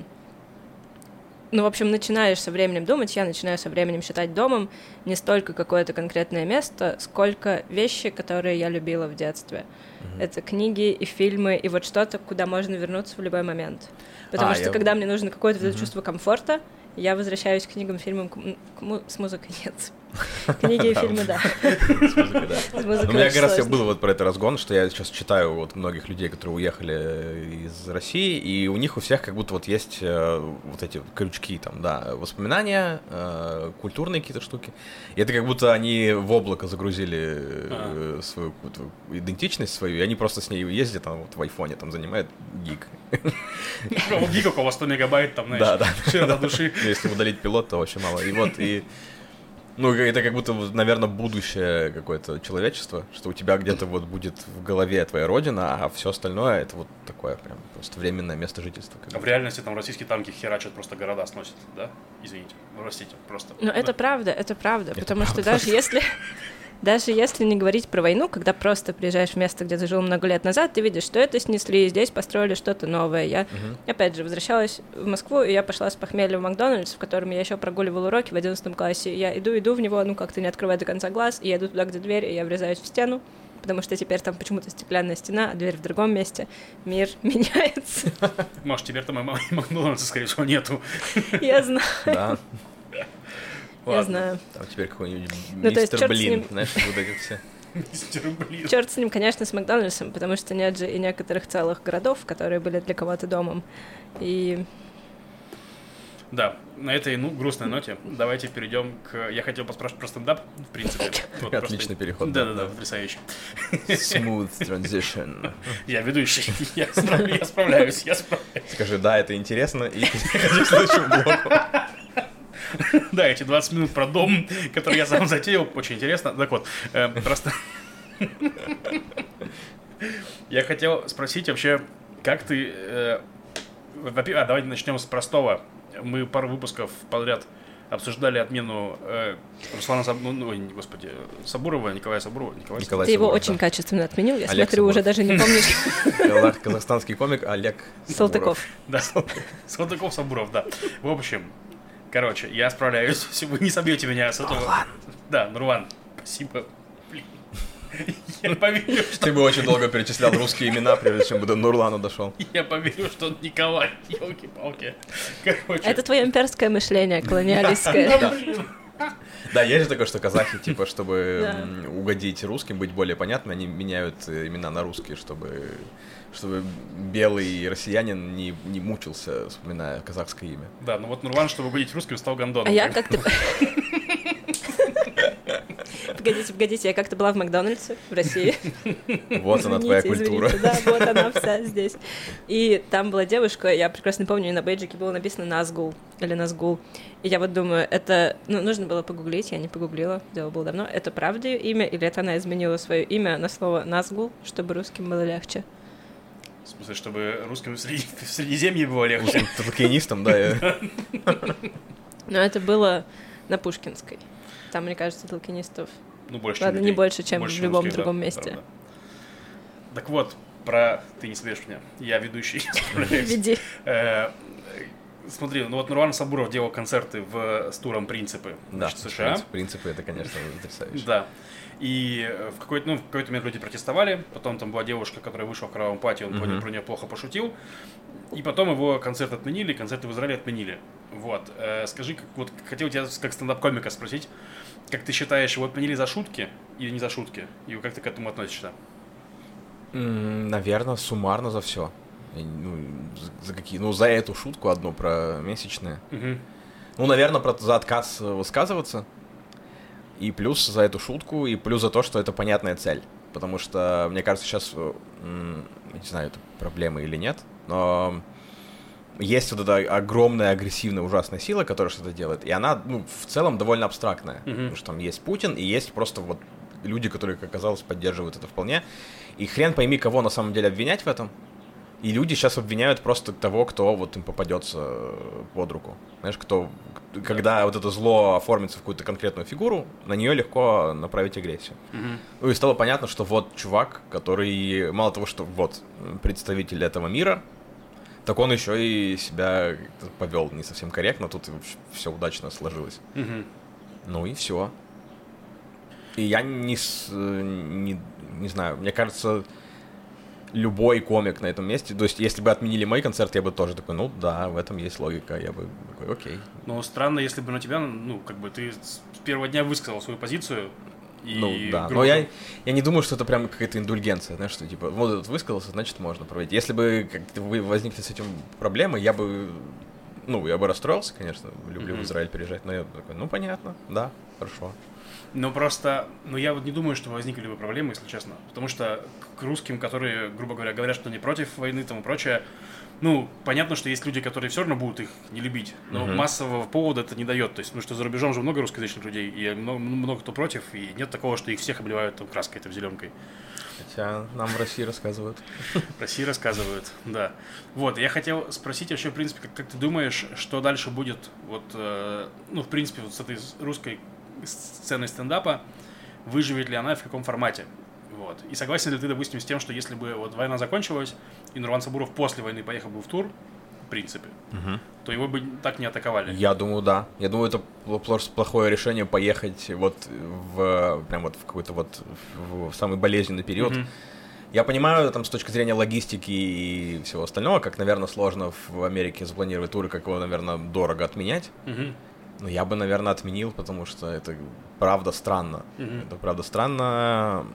ну, в общем, начинаешь со временем думать, я начинаю со временем считать домом не столько какое-то конкретное место, сколько вещи, которые я любила в детстве. Mm-hmm. Это книги и фильмы, и вот что-то, куда можно вернуться в любой момент. Потому а, что, я... когда мне нужно какое-то mm-hmm. чувство комфорта, я возвращаюсь к книгам, фильмам к му- с музыкой нет. Книги и фильмы, да. С музыкой, да. У меня как раз был вот про это разгон, что я сейчас читаю вот многих людей, которые уехали из России, и у них у всех как будто вот есть вот эти крючки, там, да, воспоминания, культурные какие-то штуки. И это как будто они в облако загрузили а. свою идентичность свою, и они просто с ней ездят, там, вот в айфоне, там, занимают гиг. Ну, гиг около сто мегабайт, там, знаешь, да, да. широта души. Если удалить пилот, то вообще мало. И вот, и... Ну, это как будто, наверное, будущее какое-то человечество, что у тебя где-то вот будет в голове твоя родина, а все остальное это вот такое прям просто временное место жительства. А в реальности там российские танки херачат, просто города сносят, да? Извините, простите, просто. Ну, это правда, это правда, это потому правда. что даже если... Даже если не говорить про войну, когда просто приезжаешь в место, где ты жил много лет назад, ты видишь, что это снесли, здесь построили что-то новое. Я, uh-huh. опять же, возвращалась в Москву, и я пошла с похмелья в Макдональдс, в котором я еще прогуливала уроки в одиннадцатом классе. Я иду, иду в него, ну, как-то не открывая до конца глаз, и я иду туда, где дверь, и я врезаюсь в стену, потому что теперь там почему-то стеклянная стена, а дверь в другом месте. Мир меняется. Может, теперь там и Макдональдса, скорее всего, нету. Я знаю. Да. Я знаю. Там теперь какой-нибудь ну, мистер Блин, знаешь, вот эти все. Мистер Блин. Черт с ним, конечно, с Макдональдсом, потому что нет же и некоторых целых городов, которые были для кого-то домом. И... Да, на этой, ну, грустной ноте давайте перейдем к... Я хотел поспрашивать про стендап, в принципе. Вот отличный просто... переход. Да-да-да, потрясающий. Smooth transition. Я ведущий, я, справ... я справляюсь, я справляюсь. Скажи, да, это интересно, и переходи к следующему блоку. Да, эти двадцать минут про дом, который я сам затеял, очень интересно. Так вот, э, просто... Я хотел спросить вообще, как ты... Э, а, давайте начнем с простого. Мы пару выпусков подряд обсуждали отмену э, Руслана Саб... ну, ой, господи, Сабурова, Николая Сабурова. Николай Николай Ты Сабуров, его да. очень качественно отменил, я Олег смотрю, Сабуров. уже даже не помнишь. Казахстанский комик Олег Салтыков. Да, Салтыков, Сабуров, да. В общем... Короче, я справляюсь. Вы не собьете меня с этого. Нурлан. Да, Нурлан. Спасибо. Блин. Я поверю, что... Ты бы очень долго перечислял русские имена, прежде чем бы до Нурлана дошел. Я поверю, что он Николай. Ёлки-палки. Короче. Это твое имперское мышление, колониалистское. Да, есть же такое, что казахи, типа, чтобы угодить русским, быть более понятными, они меняют имена на русские, чтобы... чтобы белый россиянин не, не мучился, вспоминая казахское имя. Да, ну вот Нурлан, чтобы угодить русским, стал гондоном. А я как-то... Погодите, погодите, я как-то была в Макдональдсе в России. Вот она, твоя культура. Да, вот она вся здесь. И там была девушка, я прекрасно помню, на бейджике было написано Назгул или Назгул. И я вот думаю, это... Ну, нужно было погуглить, я не погуглила, дело было давно. Это правда ее имя, или это она изменила свое имя на слово Назгул, чтобы русским было легче? В смысле, чтобы русским в, среди... в Средиземье было легче. Толкинистам, да. Но это было на Пушкинской. Там, мне кажется, толкинистов... Ну, больше, Ладно, чем не людей. больше, чем больше, в любом русских, другом да, месте. правда. Так вот, про... Ты не слышишь меня. Я ведущий. Веди. Смотри, ну вот Нурлан Сабуров делал концерты в, с туром «Принципы» да, в США. «Принципы» — это, конечно, потрясающе. Да. И в какой-то, ну, в какой-то момент люди протестовали, потом там была девушка, которая вышла в кровавом платье, он mm-hmm. про нее плохо пошутил, и потом его концерт отменили, концерты в Израиле отменили. Вот. Э, скажи, как, вот хотел тебя как стендап-комика спросить, как ты считаешь, его отменили за шутки или не за шутки? И как ты к этому относишься? Mm, наверное, суммарно за все. Ну, за какие? Ну, за эту шутку одну про месячные. Mm-hmm. Ну, наверное, про, за отказ высказываться. И плюс за эту шутку, и плюс за то, что это понятная цель. Потому что, мне кажется, сейчас, не знаю, это проблема или нет, но есть вот эта огромная, агрессивная, ужасная сила, которая что-то делает, и она, ну, в целом довольно абстрактная. Mm-hmm. Потому что там есть Путин, и есть просто вот люди, которые, как оказалось, поддерживают это вполне. И хрен пойми, кого на самом деле обвинять в этом. И люди сейчас обвиняют просто того, кто вот им попадется под руку. Знаешь, кто, когда вот это зло оформится в какую-то конкретную фигуру, на нее легко направить агрессию. Mm-hmm. Ну и стало понятно, что вот чувак, который мало того, что вот представитель этого мира, так он еще и себя повел не совсем корректно, тут все удачно сложилось. Mm-hmm. Ну и все. И я не, не, не знаю, мне кажется... любой комик на этом месте. То есть, если бы отменили мой концерт, я бы тоже такой, ну да, в этом есть логика. Я бы такой, окей. Но странно, если бы на тебя, ну, как бы ты с первого дня высказал свою позицию. И ну да, грубо... но я, я не думаю, что это прям какая-то индульгенция, знаешь, что типа, вот этот высказался, значит можно проводить. Если бы как-то вы возникли с этим проблемы, я бы, ну, я бы расстроился, конечно, люблю mm-hmm. в Израиль переезжать, но я такой, ну понятно, да, хорошо. Ну просто, ну я вот не думаю, что возникли бы проблемы, если честно, потому что к русским, которые, грубо говоря, говорят, что не против войны и тому прочее, ну, понятно, что есть люди, которые все равно будут их не любить, но uh-huh. массового повода это не дает. То есть, ну, что за рубежом же много русскоязычных людей, и много, много кто против, и нет такого, что их всех обливают там краской, это зеленкой. Хотя нам в России рассказывают. В России рассказывают, да. Вот, я хотел спросить вообще, в принципе, как, как ты думаешь, что дальше будет, вот, э, ну, в принципе, вот с этой русской сценой стендапа, выживет ли она и в каком формате? Вот. И согласен ли ты, допустим, с тем, что если бы вот война закончилась, и Нурлан Сабуров после войны поехал бы в тур, в принципе, угу. то его бы так не атаковали? Я думаю, да. Я думаю, это просто плохое решение поехать вот в прям вот в какой-то вот в, в самый болезненный период. Угу. Я понимаю, там, с точки зрения логистики и всего остального, как, наверное, сложно в Америке запланировать туры, как его, наверное, дорого отменять. Угу. Но я бы, наверное, отменил, потому что это правда странно. Угу. Это правда странно.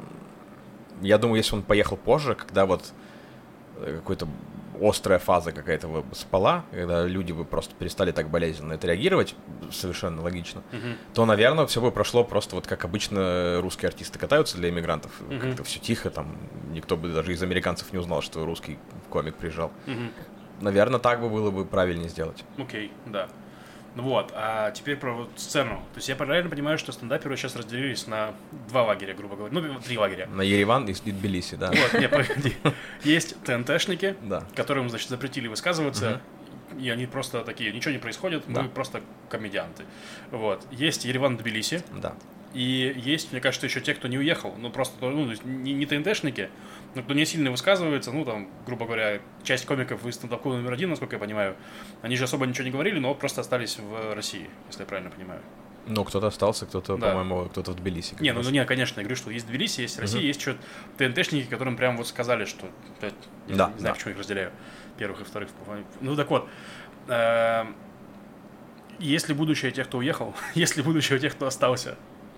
Я думаю, если он поехал позже, когда вот какая-то острая фаза какая-то спала, когда люди бы просто перестали так болезненно на это реагировать, совершенно логично, uh-huh. то, наверное, все бы прошло просто вот как обычно русские артисты катаются для иммигрантов. Uh-huh. Как-то все тихо, там никто бы даже из американцев не узнал, что русский комик приезжал. Uh-huh. Наверное, так бы было бы правильнее сделать. Окей, okay, да. Ну вот, а теперь про вот сцену. То есть я правильно понимаю, что стендаперы сейчас разделились на два лагеря, грубо говоря. Ну, три лагеря. На Ереван и Тбилиси, да. Вот, не, погоди. Есть ТНТшники, да. которым, значит, запретили высказываться, угу. и они просто такие, ничего не происходит, да. мы просто комедианты. Вот. Есть Ереван, Тбилиси. Да. И есть, мне кажется, еще те, кто не уехал, ну просто, ну, не, не ТНТшники, но кто не сильно высказывается, ну там, грубо говоря, часть комиков из стендап-клуба номер один, насколько я понимаю, они же особо ничего не говорили, но просто остались в России, если я правильно понимаю. Ну, кто-то остался, кто-то, да. по-моему, кто-то в Тбилиси. Не, ну, ну не, конечно, я говорю, что есть Тбилиси, есть Россия, uh-huh. есть еще ТНТшники, которым прям вот сказали, что, я да, не знаю, да. почему их разделяю, первых и вторых. Ну так вот, э- есть ли будущее тех, кто уехал, есть ли будущее тех, кто остался?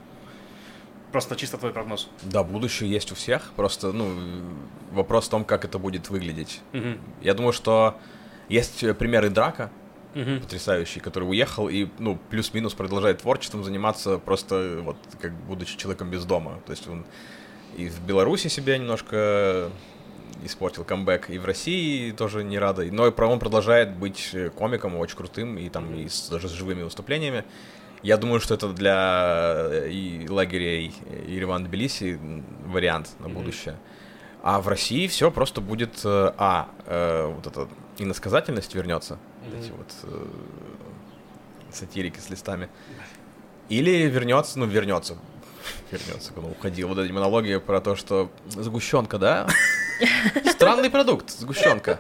Просто чисто твой прогноз. Да, будущее есть у всех. Просто, ну, вопрос в том, как это будет выглядеть. Uh-huh. Я думаю, что есть примеры Драка, uh-huh. потрясающий, который уехал и, ну, плюс-минус продолжает творчеством заниматься, просто вот как будучи человеком без дома. То есть он и в Беларуси себя немножко испортил камбэк, и в России тоже не рада. Но он продолжает быть комиком очень крутым, и там и с, даже с живыми выступлениями. Я думаю, что это для и лагеря Ереван, Тбилиси вариант на будущее. Mm-hmm. А в России все просто будет, а, э, вот эта иносказательность вернется, mm-hmm. эти вот э, сатирики с листами, или вернется, ну, вернется, вернется, он уходил, вот эти монологи про то, что сгущенка, да? Странный продукт, сгущенка.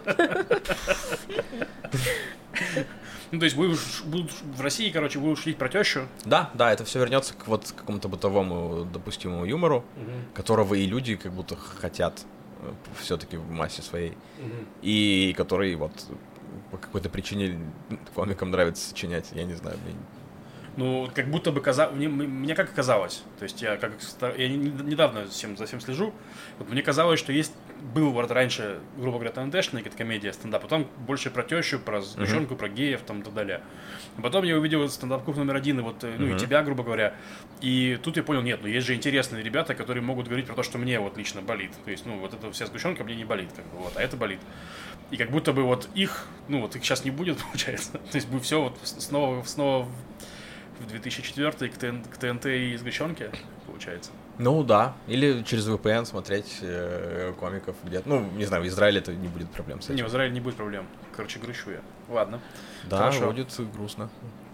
Ну, то есть будут, будут в России, короче, будут шутить про тещу. Да, да, это все вернется к вот какому-то бытовому допустимому юмору, угу. которого и люди как будто хотят все-таки в массе своей. Угу. И который вот по какой-то причине комикам нравится сочинять, я не знаю. Мне... Ну, как будто бы казалось, мне, мне как казалось, то есть я как я недавно всем, за всем слежу, вот мне казалось, что есть, был вот раньше, грубо говоря, ТНТшный, это комедия, стендап, потом больше про тещу, про сгущенку, uh-huh. про геев там и так далее. А потом я увидел стендап-клуб номер один, и вот, ну, uh-huh. и тебя, грубо говоря, и тут я понял, нет, ну, есть же интересные ребята, которые могут говорить про то, что мне вот лично болит, то есть, ну, вот эта вся сгущенка мне не болит, как бы, вот, а это болит. И как будто бы вот их, ну, вот их сейчас не будет, получается, то есть будет все вот снова, снова в две тысячи четвёртый к, ТН, к ТНТ и сгущенке, получается. Ну да, или через ви пи эн смотреть э, комиков где-то. Ну, не знаю, в Израиле это не будет проблем с этим. Не, в Израиле не будет проблем. Короче, грущу я. Ладно. Да, хорошо. Будет грустно.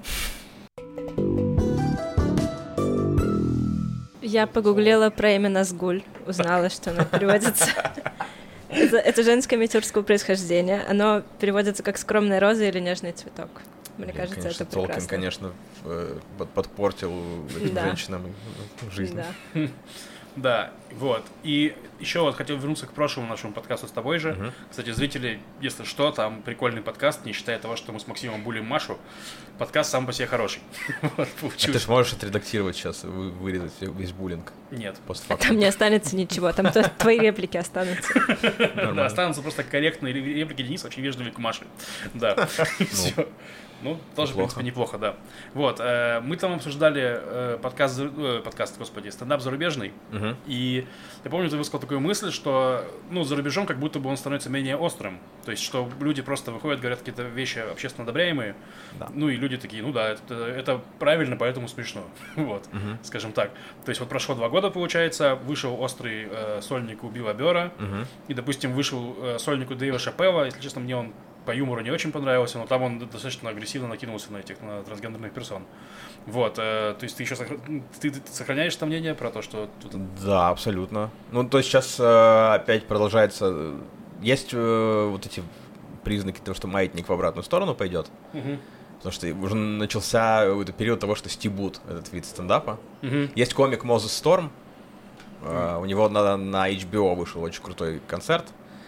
Я погуглила про имя Назгуль, узнала, что оно переводится... Это, это женское митюрского происхождения. Оно переводится как «скромная роза» или «нежный цветок». Мне Блин, кажется, конечно, это прекрасно. Толкин, конечно, подпортил этим да. женщинам жизнь. Да. Да, вот. И еще вот хотел вернуться к прошлому нашему подкасту с тобой же. Мгм. Кстати, зрители, если что, там прикольный подкаст, не считая того, что мы с Максимом булим Машу. Подкаст сам по себе хороший. Вот, А получился. ты же можешь отредактировать сейчас, вы- вырезать весь буллинг Нет. постфактум. Там не останется ничего, там то- твои реплики останутся. Да, Нормально. останутся просто корректные ре- реплики Дениса, очень вежливые к Маше. Да. Всё. Ну, тоже, в неплохо. принципе, неплохо, да. Вот, э, мы там обсуждали э, подкаст, за- э, подкаст, господи, стендап зарубежный, Мгм. и я помню, ты высказал такую мысль, что, ну, за рубежом как будто бы он становится менее острым, то есть, что люди просто выходят, говорят какие-то вещи общественно одобряемые, Да. ну, и люди такие, ну да, это, это правильно, поэтому смешно, вот, Мгм. скажем так. То есть, вот прошло два года, получается, вышел острый э, сольник у Билла Бёрра, Мгм. и, допустим, вышел э, сольник у Дэйва Шапелла. Если честно, мне он по юмору не очень понравился, но там он достаточно агрессивно накинулся на этих, на трансгендерных персон. Вот, э, то есть ты еще сохра- ты, ты сохраняешь это мнение про то, что тут... Да, абсолютно. Ну, то есть сейчас э, опять продолжается... э, Есть э, вот эти признаки того, что маятник в обратную сторону пойдет. Мгм. Потому что уже начался этот период того, что стебут этот вид стендапа. Мгм. Есть комик Мозес Сторм. Э, У него на, на эйч би о вышел очень крутой концерт.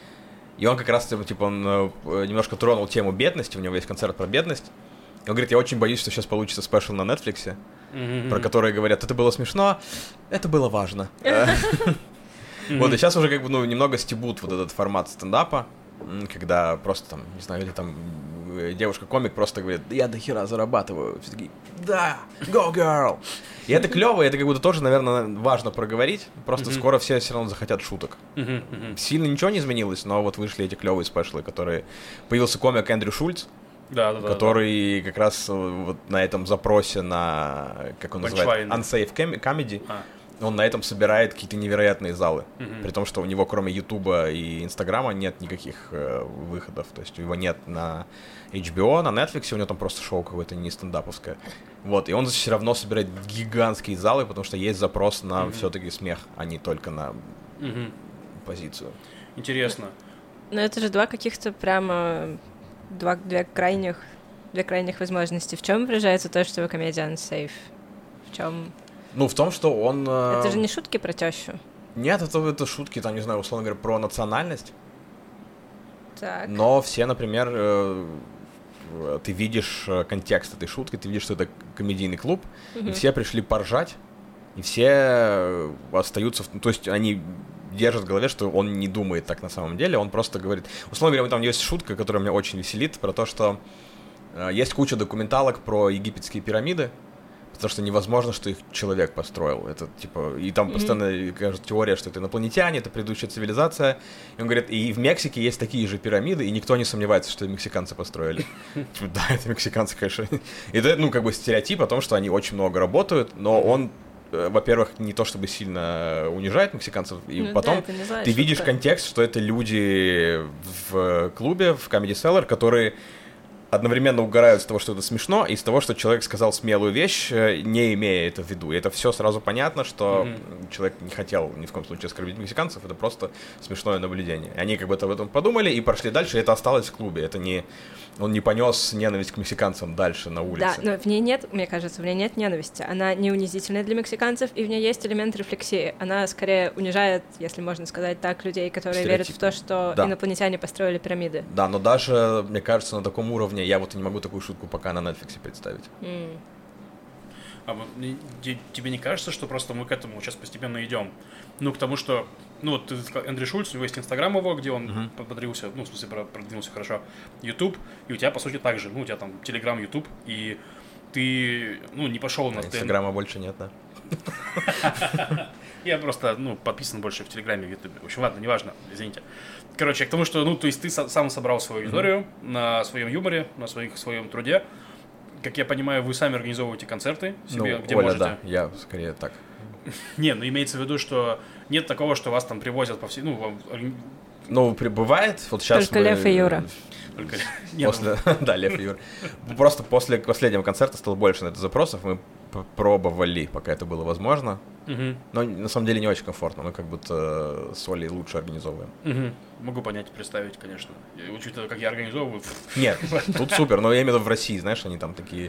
И он как раз, типа, он э, немножко тронул тему бедности. У него есть концерт про бедность. И он говорит, я очень боюсь, что сейчас получится спешл на Netflix, Мгм. про который говорят, это было смешно, это было важно. Э, Вот, и сейчас уже как бы, ну, немного стебут вот этот формат стендапа, м, когда просто там, не знаю, или там э, девушка-комик просто говорит, я до хера зарабатываю. Все такие, да, go girl. И это клево, и это как будто тоже, наверное, важно проговорить. Просто Мгм. скоро все все равно захотят шуток. Мгм. Мгм. Сильно ничего не изменилось, но вот вышли эти клевые спешлы, которые... Появился комик Эндрю Шульц, Да, да, да. который как раз э, вот на этом запросе на, как он называет, Панчлайны. unsafe com- comedy, А. он на этом собирает какие-то невероятные залы. Мгм. При том, что у него кроме Ютуба и Инстаграма нет никаких э, выходов. То есть его нет на эйч би о, на Netflix, у него там просто шоу какое-то не стендаповское. Вот, и он все равно собирает гигантские залы, потому что есть запрос на Мгм. все-таки смех, а не только на Мгм. позицию. Интересно. Но это же два каких-то прямо... Два, две крайних... Две крайних возможности. В чем выражается то, что вы комедиан сейф? В чем? Ну, в том, что он... э, Это же не шутки про тещу. Нет, это, это шутки, там, не знаю, условно говоря, про национальность. Так. Но все, например, э, э, ты видишь э, контекст этой шутки, ты видишь, что это комедийный клуб, и Мгм. все пришли поржать, и все э, остаются... в- То есть они держат в голове, что он не думает так на самом деле, он просто говорит... Условно говоря, там есть шутка, которая меня очень веселит, про то, что э, есть куча документалок про египетские пирамиды, потому что невозможно, что их человек построил. Это типа... И там Мгм. постоянно кажется теория, что это инопланетяне, это предыдущая цивилизация. И он говорит, и в Мексике есть такие же пирамиды, и никто не сомневается, что мексиканцы построили. Типа, да, это мексиканцы, конечно. И это, ну, как бы стереотип о том, что они очень много работают, но он, э, во-первых, не то чтобы сильно унижает мексиканцев, и Ну да, потом это не злая ты видишь шутка. контекст, что это люди в клубе, в Comedy Cellar, которые одновременно угорают с того, что это смешно, и с того, что человек сказал смелую вещь, э, не имея это в виду. И это все сразу понятно, что Мгм. человек не хотел ни в коем случае оскорбить мексиканцев, это просто смешное наблюдение. И они как бы об этом подумали и пошли дальше, и это осталось в клубе. Это не... Он не понес ненависть к мексиканцам дальше на улице. Да, но в ней нет, мне кажется, в ней нет ненависти. Она не унизительная для мексиканцев, и в ней есть элемент рефлексии. Она скорее унижает, если можно сказать так, людей, которые верят в то, что Да. инопланетяне построили пирамиды. Да, но даже, мне кажется, на таком уровне я вот и не могу такую шутку пока на Netflix представить. М. А вот не- те- тебе не кажется, что просто мы к этому сейчас постепенно идем? Ну, к тому, что, ну, вот ты сказал, Эндрю Шульц, у него есть Инстаграм его, где он Мгм. подбодрился, ну, в смысле, про- продвинулся хорошо, Ютуб, и у тебя, по сути, так же, ну, у тебя там Телеграм, Ютуб, и ты, ну, не пошел на... Инстаграма больше нет, да? Я просто, ну, подписан больше в Телеграме, в Ютубе. В общем, ладно, неважно, извините. Короче, к тому, что, ну, то есть ты со- сам собрал свою аудиторию на своем юморе, на своих, своем труде. Как я понимаю, вы сами организовываете концерты себе, Ну, где Оля, можете. да, я скорее так. Не, ну имеется в виду, что нет такого, что вас там привозят по всей, ну, вам орг- Ну, прибывает, вот сейчас Только Лев и Юра. только... Не, ну, После... Да, Лев и Юра. Просто после последнего концерта стало больше на это запросов, мы п- пробовали, пока это было возможно. мгм, Но на самом деле не очень комфортно, мы как будто с Олей лучше организовываем. мгм. Могу понять, представить, конечно. И учитывая, как я организовываю, Нет, тут супер, но я имею в виду в России, знаешь, они там такие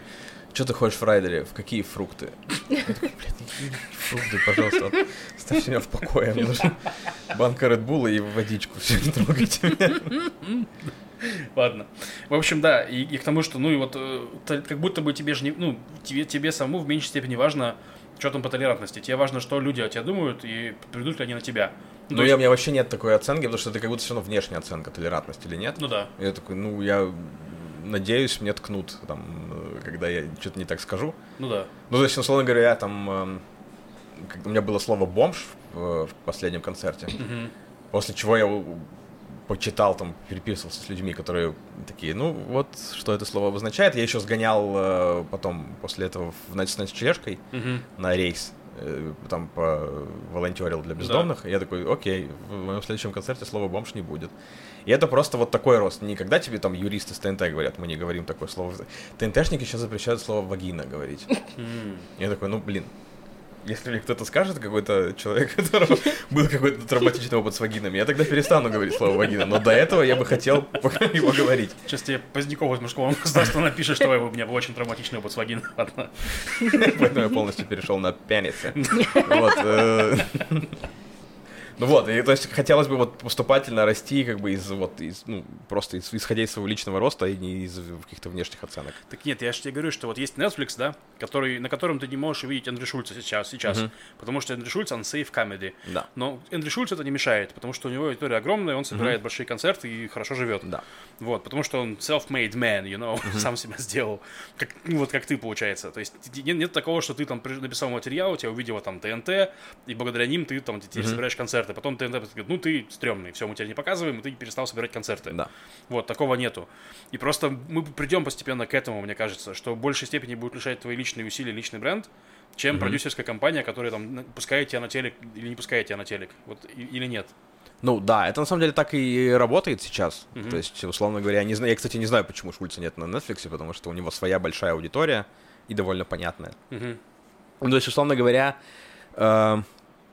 что ты ходишь в райдере? В какие фрукты? Я такой, блядь, никакие фрукты, пожалуйста, оставьте меня в покое. Мне нужна банка Red Bull и водичку, все, не трогайте меня. Ладно. В общем, да, и, и к тому, что, ну, и вот, э, как будто бы тебе же не, ну, тебе, тебе самому в меньшей степени важно, что там по толерантности. Тебе важно, что люди о тебе думают и придут ли они на тебя. Ну, ну я, есть... у меня вообще нет такой оценки, потому что это как будто все равно внешняя оценка толерантности или нет. Ну да. Я такой, ну, я надеюсь, мне ткнут, там, когда я что-то не так скажу. Ну да. Ну, то есть, условно говоря, я там, э, у меня было слово «бомж» в, в последнем концерте, Mm-hmm. после чего я почитал, там, переписывался с людьми, которые такие, ну, вот, что это слово обозначает. Я еще сгонял э, потом, после этого, в Ночь с тележкой Mm-hmm. на рейс, э, там, по волонтерил для бездомных. Да. И я такой, окей, в моем следующем концерте слова «бомж» не будет. И это просто вот такой рост. Не когда тебе там юристы с ТНТ говорят, мы не говорим такое слово. ТНТшники сейчас запрещают слово «вагина» говорить. Mm. Я такой, ну, блин. Если мне кто-то скажет, какой-то человек, у которого был какой-то травматичный опыт с вагинами, я тогда перестану говорить слово «вагина». Но до этого я бы хотел его говорить. Сейчас тебе Поздняков из мужского государства напишет, что у меня был очень травматичный опыт с вагиной. Поэтому я полностью перешел на пенисы. Вот. Ну вот, и, то есть хотелось бы вот поступательно расти как бы из вот из, ну, просто из, исходя из своего личного роста и не из каких-то внешних оценок. Так нет, я же тебе говорю, что вот есть Netflix, да, который, на котором ты не можешь увидеть Эндрю Шульца сейчас, сейчас uh-huh. потому что Эндрю Шульц, он safe comedy. Да. Но Эндрю Шульц это не мешает, потому что у него аудитория огромная, он собирает uh-huh. большие концерты и хорошо живет. Да. Вот, потому что он self-made man, you know, uh-huh. сам себя сделал, как, ну, вот как ты, получается. То есть нет, нет такого, что ты там написал материал, у тебя увидела там ТНТ, и благодаря ним ты там теперь uh-huh. собираешь концерты. Потом ТНТ говорит, ну ты стрёмный, все, мы тебя не показываем, и ты перестал собирать концерты. Да. Вот, такого нету. И просто мы придем постепенно к этому, мне кажется, что в большей степени будет лишать твои личные усилия, личный бренд, чем uh-huh. продюсерская компания, которая там пускает тебя на телек или не пускает тебя на телек. Вот, и, или нет. Ну да, это на самом деле так и работает сейчас. Uh-huh. То есть, условно говоря, я, не знаю, я, кстати, не знаю, почему Шульца нет на Netflix, потому что у него своя большая аудитория и довольно понятная. Uh-huh. Ну, то есть, условно говоря, э,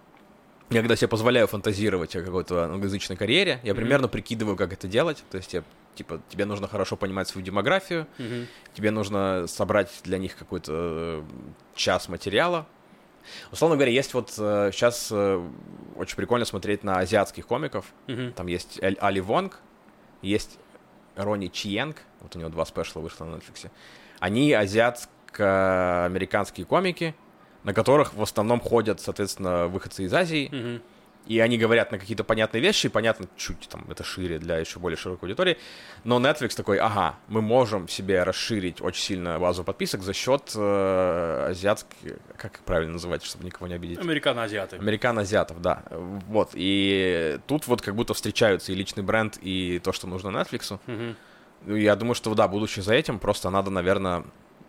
я когда себе позволяю фантазировать о какой-то англоязычной карьере, я mm-hmm. примерно прикидываю, как это делать. То есть, я, типа, тебе нужно хорошо понимать свою демографию, mm-hmm. тебе нужно собрать для них какой-то час материала. Условно говоря, есть вот э, сейчас э, очень прикольно смотреть на азиатских комиков. Mm-hmm. Там есть Эль Али Вонг, есть Ронни Чиенг, вот у него два спешла вышло на Netflix. Они азиатско-американские комики, на которых в основном ходят, соответственно, выходцы из Азии, mm-hmm. и они говорят на какие-то понятные вещи, понятно, чуть там это шире для еще более широкой аудитории, но Netflix такой, ага, мы можем себе расширить очень сильно базу подписок за счет э, азиатских, как их правильно называть, чтобы никого не обидеть? Американо-азиаты. Американо-азиатов, да. Вот, и тут вот как будто встречаются и личный бренд, и то, что нужно Netflix. Mm-hmm. Я думаю, что, да, будучи за этим, просто надо, наверное,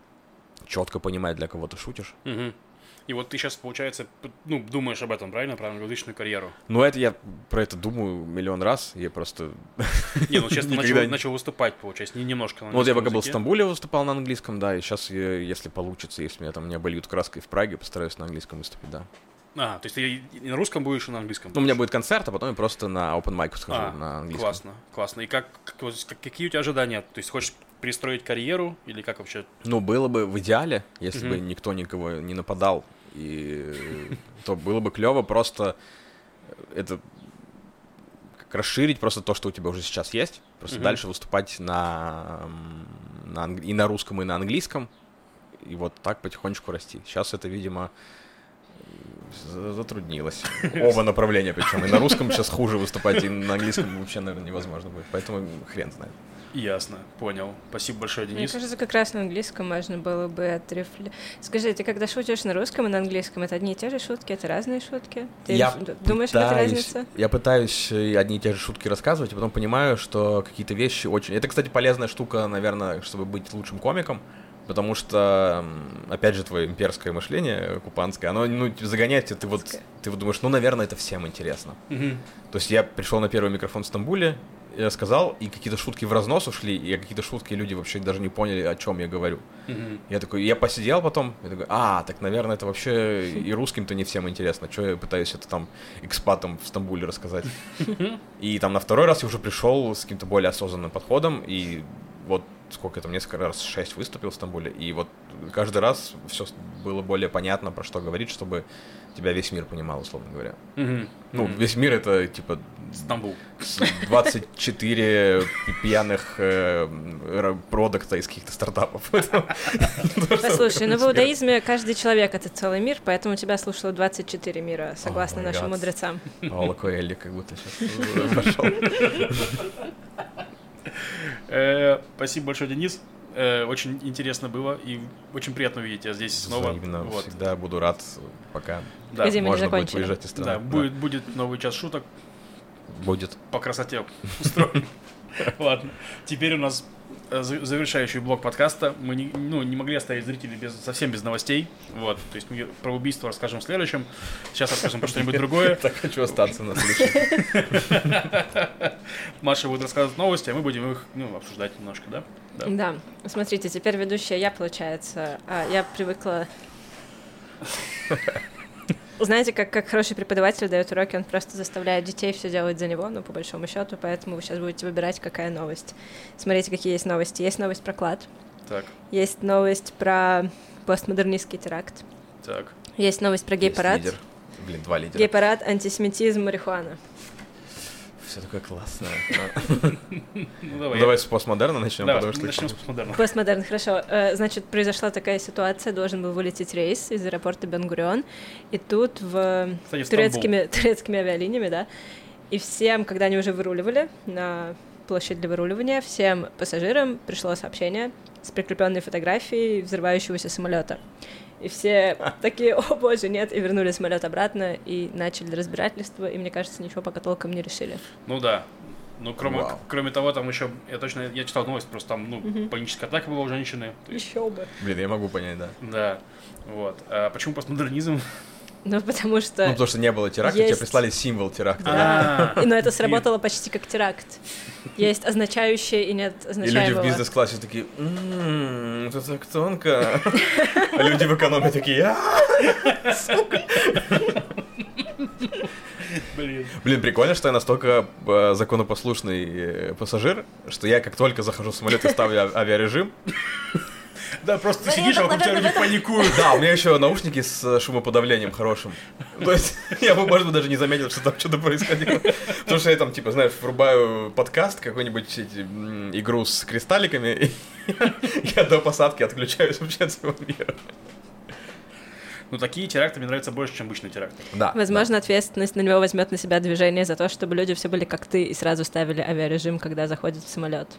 четко понимать, для кого ты шутишь. Mm-hmm. И вот ты сейчас, получается, ну, думаешь об этом, правильно? Про англоязычную карьеру. Ну, это я про это думаю миллион раз. Я просто... Не, ну, честно, начал, начал выступать, получается, не немножко на английском. Ну, вот я пока языке. был в Стамбуле, выступал на английском, да, и сейчас, если получится, если меня там не обольют краской в Праге, постараюсь на английском выступить, да. А, то есть ты и на русском будешь, и на английском? Ну, у меня будет концерт, а потом я просто на open mic схожу а, на английском. Классно, классно. И как, как, какие у тебя ожидания? То есть хочешь перестроить карьеру или как вообще? Ну, было бы в идеале, если Mm-hmm. бы никто никого не нападал, и то было бы клево просто это как расширить просто то, что у тебя уже сейчас есть, просто Mm-hmm. дальше выступать на, на анг... и на русском, и на английском, и вот так потихонечку расти. Сейчас это, видимо, затруднилось. Оба направления причем. И на русском сейчас хуже выступать, и на английском вообще, наверное, невозможно будет. Поэтому хрен знает. Ясно, понял. Спасибо большое, Денис. Мне кажется, как раз на английском можно было бы отрефле... Скажи, ты когда шутишь на русском и на английском, это одни и те же шутки, это разные шутки? Ты я думаешь, пытаюсь, об этой разнице? Я пытаюсь одни и те же шутки рассказывать, и потом понимаю, что какие-то вещи очень... Это, кстати, полезная штука, наверное, чтобы быть лучшим комиком, потому что, опять же, твое имперское мышление купанское, оно, ну, загоняет тебя, ты вот, ты вот думаешь, ну, наверное, это всем интересно. Mm-hmm. То есть я пришел на первый микрофон в Стамбуле, я сказал, и какие-то шутки в разнос ушли, и какие-то шутки люди вообще даже не поняли, о чем я говорю. Mm-hmm. Я такой, я посидел потом, я такой, а, так, наверное, это вообще и русским-то не всем интересно, что я пытаюсь это там экспатам в Стамбуле рассказать. И там на второй раз я уже пришел с каким-то более осознанным подходом, и вот сколько там, несколько раз, шесть выступил в Стамбуле, и вот каждый раз все было более понятно, про что говорить, чтобы тебя весь мир понимал, условно говоря. Mm-hmm. Ну, mm-hmm. весь мир — это, типа... Стамбул. двадцать четыре пьяных э, продукта из каких-то стартапов. Послушай, ну в иудаизме каждый человек — это целый мир, поэтому тебя слушало двадцать четыре мира, согласно нашим мудрецам. Пауло Коэльо как будто сейчас пошел. Спасибо большое, Денис. Очень интересно было и очень приятно увидеть тебя здесь снова. Взаимно. Вот. Всегда буду рад, пока да. Где мы не можно будет закончили. выезжать из страны. Да, Да. будет, будет новый час шуток. Будет. По красоте устроен. Ладно. Теперь у нас завершающий блок подкаста. Мы не, ну, не могли оставить зрителей без, совсем без новостей. Вот. То есть мы про убийство расскажем в следующем. Сейчас расскажем про что-нибудь другое. Так хочу остаться на следующем. Маша будет рассказывать новости, а мы будем их ну, обсуждать немножко, да? Да. Да. Смотрите, теперь ведущая я, получается. Я привыкла... Знаете, как, как хороший преподаватель дает уроки, он просто заставляет детей все делать за него, ну, по большому счету, поэтому вы сейчас будете выбирать, какая новость. Смотрите, какие есть новости. Есть новость про клад. Так. Есть новость про постмодернистский теракт. Так. Есть новость про гей-парад. Лидер. Блин, два лидера. Гей-парад, антисемитизм, марихуана. Все такое классное. Ну, давай, давай с постмодерна начнем. Да, потому что... начнем с постмодерна. Постмодерн, хорошо. Значит, произошла такая ситуация, должен был вылететь рейс из аэропорта Бен-Гурион, и тут в Кстати, в турецкими, турецкими авиалиниями, да, и всем, когда они уже выруливали на площадь для выруливания, всем пассажирам пришло сообщение с прикрепленной фотографией взрывающегося самолета. И все такие: о боже, нет, и вернули самолет обратно, и начали разбирательство, и, мне кажется, ничего пока толком не решили. Ну да. Ну, кроме, Вау. кроме того, там еще, я точно, я читал новость, просто там, ну, Мгм. паническая атака была у женщины. То есть, Еще бы. Блин, я могу понять, да. да, вот. А почему постмодернизм? Ну, потому что... Ну, потому что не было теракта, Есть. тебе прислали символ теракта. Да. А, И, но это сработало почти как теракт. Есть означающее и нет И люди в означаемого. бизнес-классе такие: «Ммм, это так тонко». А люди в экономе такие: «А, сука». Блин. Блин, прикольно, что я настолько э, законопослушный э, пассажир, что я как только захожу в самолет и ставлю а- авиарежим, Да, просто ты Ну, сидишь, а это, вокруг тебя люди наверное, паникуют. да, у меня еще наушники с шумоподавлением хорошим. То есть я бы, может быть, даже не заметил, что там что-то происходило. Потому что я там, типа, знаешь, врубаю подкаст, какую-нибудь эти, м, игру с кристалликами, и я до посадки отключаюсь вообще от всего мира. Ну, такие теракты мне нравятся больше, чем обычные теракты. Да. Возможно, ответственность на него возьмет на себя движение за то, чтобы люди все были как ты и сразу ставили авиарежим, когда заходят в самолет.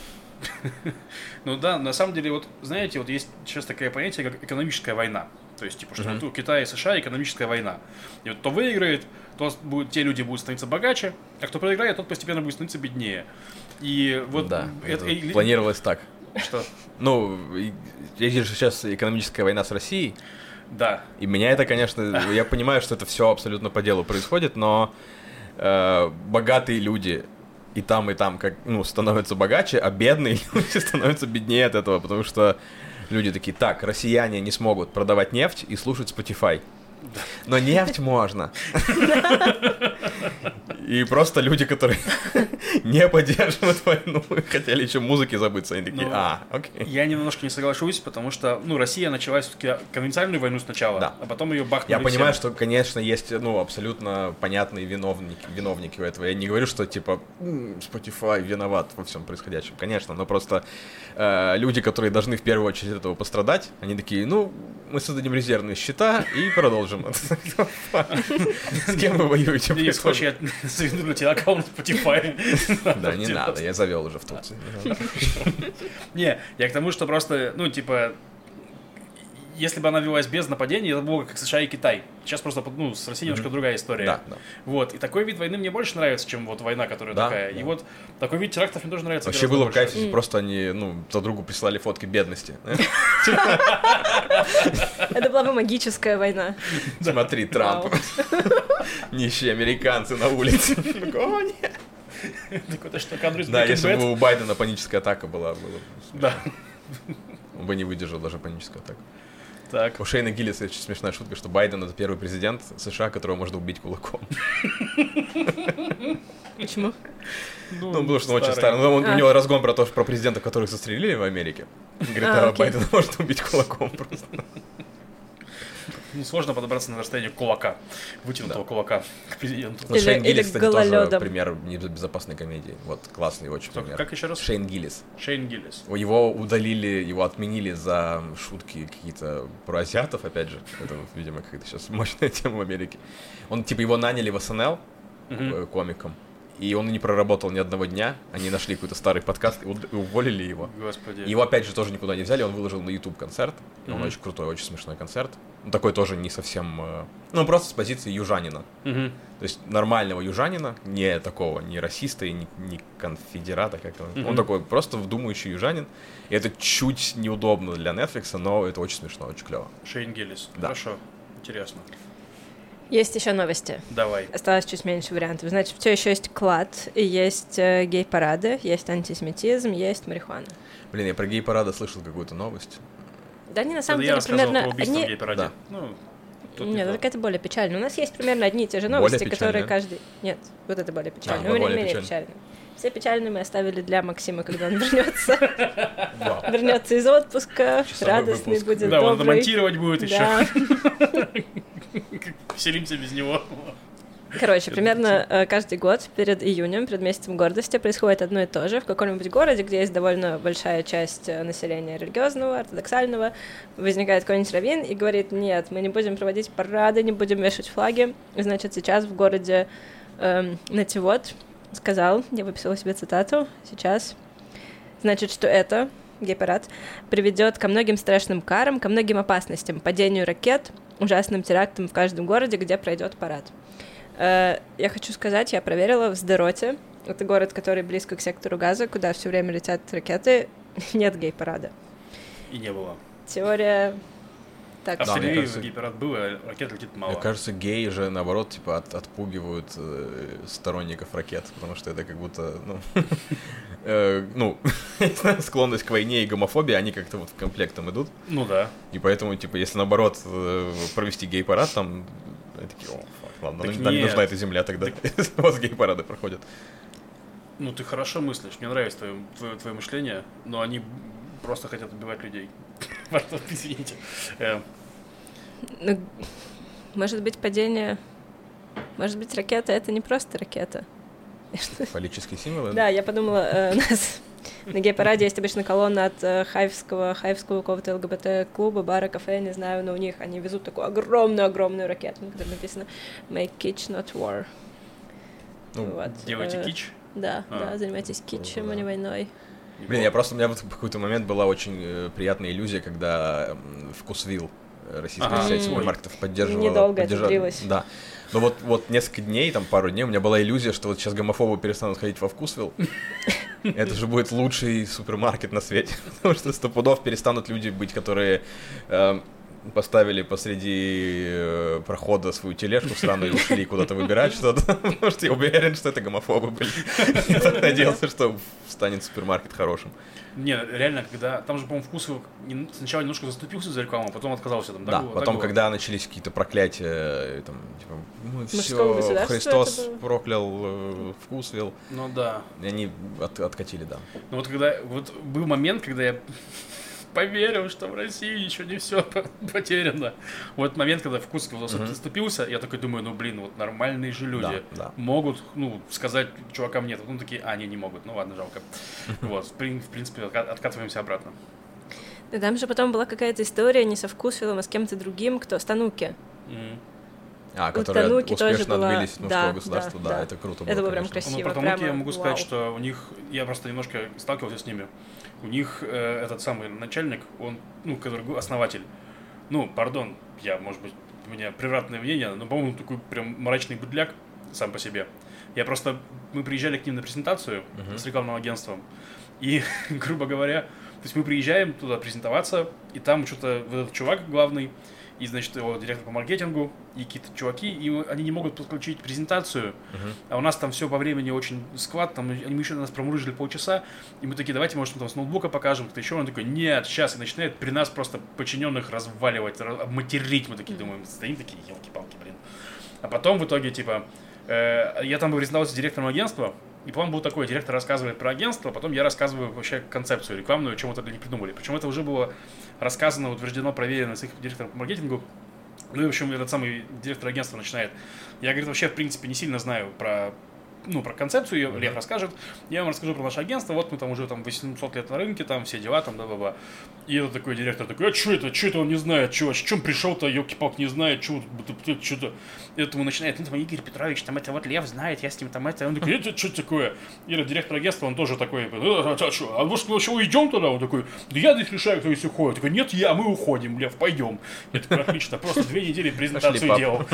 Ну да, на самом деле, вот, знаете, вот есть сейчас такое понятие, как экономическая война. То есть, типа, что Мгм. вот у Китая и США экономическая война. И вот кто выиграет, то будет, те люди будут становиться богаче, а кто проиграет, тот постепенно будет становиться беднее. И вот Да, это... это и- планировалось так. Что? Ну, и- есть же сейчас экономическая война с Россией, Да. и меня это, конечно, я понимаю, что это все абсолютно по делу происходит, но э, богатые люди и там, и там как, ну, становятся богаче, а бедные люди становятся беднее от этого, потому что люди такие: так, россияне не смогут продавать нефть и слушать Spotify. Но нефть можно. И просто люди, которые не поддерживают войну, хотели еще музыки забыться, они такие: Ну, а, окей. Я немножко не соглашусь, потому что, ну, Россия начала все-таки конвенциальную войну сначала, Да. а потом ее бахнули Я понимаю, всем. что, конечно, есть, ну, абсолютно понятные виновники, виновники у этого. Я не говорю, что, типа, «М, Spotify виноват во всем происходящем. Конечно, но просто э, люди, которые должны в первую очередь от этого пострадать, они такие: ну, мы создадим резервные счета и продолжим. С кем вы воюете? Денис, хочешь, я заведу для тебя аккаунт Spotify? Да, не надо, я завел уже в Турции. Не, я к тому, что просто, ну, типа, если бы она велась без нападений, это было как США и Китай. Сейчас просто, ну, с Россией немножко другая история. Да, да. Вот, и такой вид войны мне больше нравится, чем вот война, которая Да, такая. да. И вот такой вид терактов мне тоже нравится. Вообще гораздо было бы больше. кайф, если просто они, ну, друг другу прислали фотки бедности. Это была бы магическая война. Смотри, Трамп. Нищие американцы на улице. О, нет. Так это что, кадры из Да, Breaking если Bad? бы у Байдена паническая атака была, было бы. Да. Он бы не выдержал даже паническую атаку. Так. У Шейна Гиллиса очень смешная шутка, что Байден — это первый президент США, которого можно убить кулаком. Почему? Ну, потому что он очень старый. Ну, у него разгон про то, про президентов, которых застрелили в Америке. Говорит, а Байдена можно убить кулаком просто. Ну, сложно подобраться на расстояние кулака, вытянутого да. кулака к президенту. Вот Шейн Гиллис, кстати, тоже пример небезопасной комедии. Вот, классный очень Кто, пример. Как еще раз? Шейн Гиллис. Шейн Гиллис. Его удалили, его отменили за шутки какие-то про азиатов, опять же. Это, видимо, какая-то сейчас мощная тема в Америке. Он, типа, его наняли в эс эн эл uh-huh. комиком. И он не проработал ни одного дня. Они нашли какой-то старый подкаст и уволили его. Господи. Его опять же тоже никуда не взяли. Он выложил на YouTube концерт. Mm-hmm. Он очень крутой, очень смешной концерт. Ну, такой тоже не совсем... Ну, просто с позиции южанина. Mm-hmm. То есть нормального южанина, не такого, не расиста и не, не конфедерата, как он. Mm-hmm. Он такой просто вдумающий южанин. И это чуть неудобно для Netflix, но это очень смешно, очень клево. Шейн Гиллис. Да. Хорошо. Интересно. Есть еще новости. Давай. Осталось чуть меньше вариантов. Значит, все еще есть клад, есть э, гей-парады, есть антисемитизм, есть марихуана. Блин, я про гей-парады слышал какую-то новость. Да, они на самом это деле примерно... про убийство одни... в гей-параде. Да. Ну, Нет, так это более печально. У нас есть примерно одни и те же новости, более которые печально. каждый... Нет, вот это более печально. А, У меня более менее печально. печально. Все печальные мы оставили для Максима, когда он вернется. Вернется из отпуска, радостный будет, да, добрый. он это монтировать будет еще. Да. Веселимся без него. Короче, примерно э, каждый год перед июнем, перед месяцем гордости, происходит одно и то же. В каком-нибудь городе, где есть довольно большая часть э, населения религиозного, ортодоксального, возникает какой-нибудь раввин и говорит: нет, мы не будем проводить парады, не будем вешать флаги. И, значит, сейчас в городе э, Нативот сказал, я выписала себе цитату сейчас, значит, что это, гей-парад, приведет ко многим страшным карам, ко многим опасностям, падению ракет, ужасным терактам в каждом городе, где пройдет парад. Я хочу сказать, я проверила в Сдероте, это город, который близко к сектору Газа, куда все время летят ракеты, нет гей-парада. И не было. Теория... Так, а в да, Тель-Авиве кажется... гей-парад был, а ракет летит мало. Мне кажется, геи же, наоборот, типа от, отпугивают э, сторонников ракет, потому что это как будто, ну, э, ну, склонность к войне и гомофобии, они как-то вот в комплектом идут. Ну да. И поэтому, типа, если наоборот э, провести гей-парад, там, они такие: о, фак, ладно, так нам не нужна эта земля тогда, если у вас гей-парады проходят. Ну, ты хорошо мыслишь, мне нравится твое, твое, твое мышление, но они просто хотят убивать людей. Пожалуйста, извините. Ну, может быть, падение... Может быть, ракета — это не просто ракета. Фаллические символы? Да, я подумала, э, у нас на гей-параде есть обычно колонна от э, хайфского, хайфского какого-то ЛГБТ-клуба, бара, кафе, не знаю, но у них они везут такую огромную-огромную ракету, на которой написано «Make kitsch, not war». Ну, вот. Делайте э, кич? Да, а. да, занимайтесь китчем, да. а не войной. Блин, я просто, у меня вот в какой-то момент была очень э, приятная иллюзия, когда э, Вкусвилл, российская ага. сеть супермаркетов, поддерживала... Недолго поддержала, это длилось. Да. Но вот, вот несколько дней, там пару дней, у меня была иллюзия, что вот сейчас гомофобы перестанут ходить во Вкусвилл. Это же будет лучший супермаркет на свете. Потому что сто пудов перестанут люди быть, которые... поставили посреди э, прохода свою тележку сраную и ушли куда-то выбирать что-то, потому что я уверен, что это гомофобы были. Я так надеялся, что станет супермаркет хорошим. Не, реально, когда... Там же, по-моему, вкус сначала немножко заступился за рекламу, а потом отказался. Там, да, так, потом, так когда начались какие-то проклятия, там, типа, ну все, Христос проклял э, Вкусвилл. Ну да. И они от, откатили, да. Ну вот когда... Вот был момент, когда я... поверил, что в России еще не все потеряно. Вот момент, когда вкус uh-huh. заступился, я такой думаю, ну блин, вот нормальные же люди да, да. могут, ну, сказать чувакам нет. Ну такие, а, не, не могут, ну ладно, жалко. Вот, в принципе, откатываемся обратно. Да, там же потом была какая-то история не со Вкусвиллом, а с кем-то другим, кто, с Тануки. Mm. А, которые Тануки успешно была... отбились ну, да, в государство, да, да, да, это круто было, это было прям конечно. красиво. Ну, про Тануки прямо, я могу вау. сказать, что у них, я просто немножко сталкивался с ними, у них э, этот самый начальник, он, ну, который основатель, ну, пардон, я, может быть, у меня превратное мнение, но, по-моему, такой прям мрачный быдляк сам по себе. Я просто, мы приезжали к ним на презентацию uh-huh. с рекламным агентством, и, грубо говоря, есть мы приезжаем туда презентоваться, и там что-то вот этот чувак главный, и, значит, его директор по маркетингу, и какие-то чуваки, и они не могут подключить презентацию, uh-huh. а у нас там все по времени очень сквад, там они еще нас промурыжили полчаса, и мы такие, давайте, может, мы там с ноутбука покажем, кто-то еще, он такой, нет, сейчас, и начинает при нас просто подчиненных разваливать, обматерить, мы такие думаем, стоим такие, елки-палки, блин. А потом в итоге, типа, э, я там презентовался директором агентства, и план был такой, директор рассказывает про агентство, потом я рассказываю вообще концепцию рекламную, чем мы тогда не придумали. Причем это уже было рассказано, утверждено, проверено с их директором по маркетингу. Ну и, в общем, этот самый директор агентства начинает. Я, говорит, вообще, в принципе, не сильно знаю про, ну, про концепцию, ее Лев расскажет. Я вам расскажу про наше агентство, вот мы там уже там восемьсот лет на рынке, там все дела, там, да-ба-ба. И этот такой директор такой, а что это, что это он не знает, что, с чем пришел-то, елки-палки, не знает, что, что-то. И это ему начинает, ну, там, Игорь Петрович, там, это вот Лев знает, я с ним там, это, он такой, это что такое? И этот директор агентства, он тоже такой, а, а, что, а может, мы вообще уйдем туда? Он такой, да я здесь решаю, кто здесь уходит. Такой, нет, я, мы уходим, Лев, пойдем. Я такой, отлично, просто две недели презентацию делал.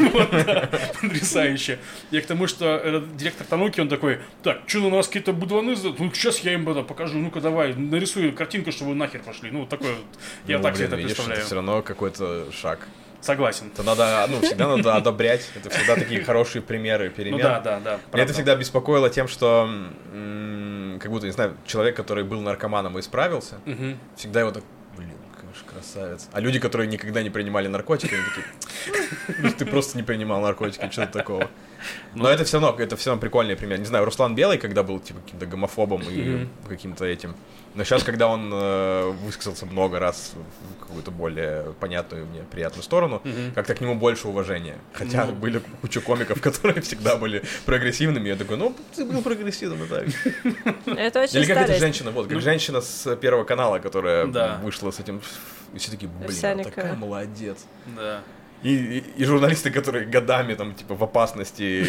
Потрясающе. И к тому, что этот директор Тануки, он такой, так, что на нас какие-то будваны, ну, сейчас я им покажу, ну-ка давай, нарисую картинку, чтобы вы нахер пошли. Ну, такое, я так себе это представляю. Это все равно какой-то шаг. Согласен. Это надо, ну, всегда надо одобрять. Это всегда такие хорошие примеры перемен. Ну да, да, да. Меня это всегда беспокоило тем, что м- как будто, не знаю, человек, который был наркоманом и исправился, угу. всегда его так, блин, конечно, красавец. А люди, которые никогда не принимали наркотики, они такие, ты просто не принимал наркотики, что-то такого. Но это все равно, это все равно прикольный пример. Не знаю, Руслан Белый, когда был типа каким-то гомофобом и каким-то этим. Но сейчас, когда он э, высказался много раз в какую-то более понятную мне приятную сторону, mm-hmm. как-то к нему больше уважения. Хотя mm-hmm. были куча комиков, которые всегда были прогрессивными. Я такой, ну, ты был прогрессивным, да. Это очень Или как эта женщина, вот, как женщина с Первого канала, которая вышла с этим, и все такие, блин, она такая молодец. Да. И, и, и журналисты, которые годами там, типа, в опасности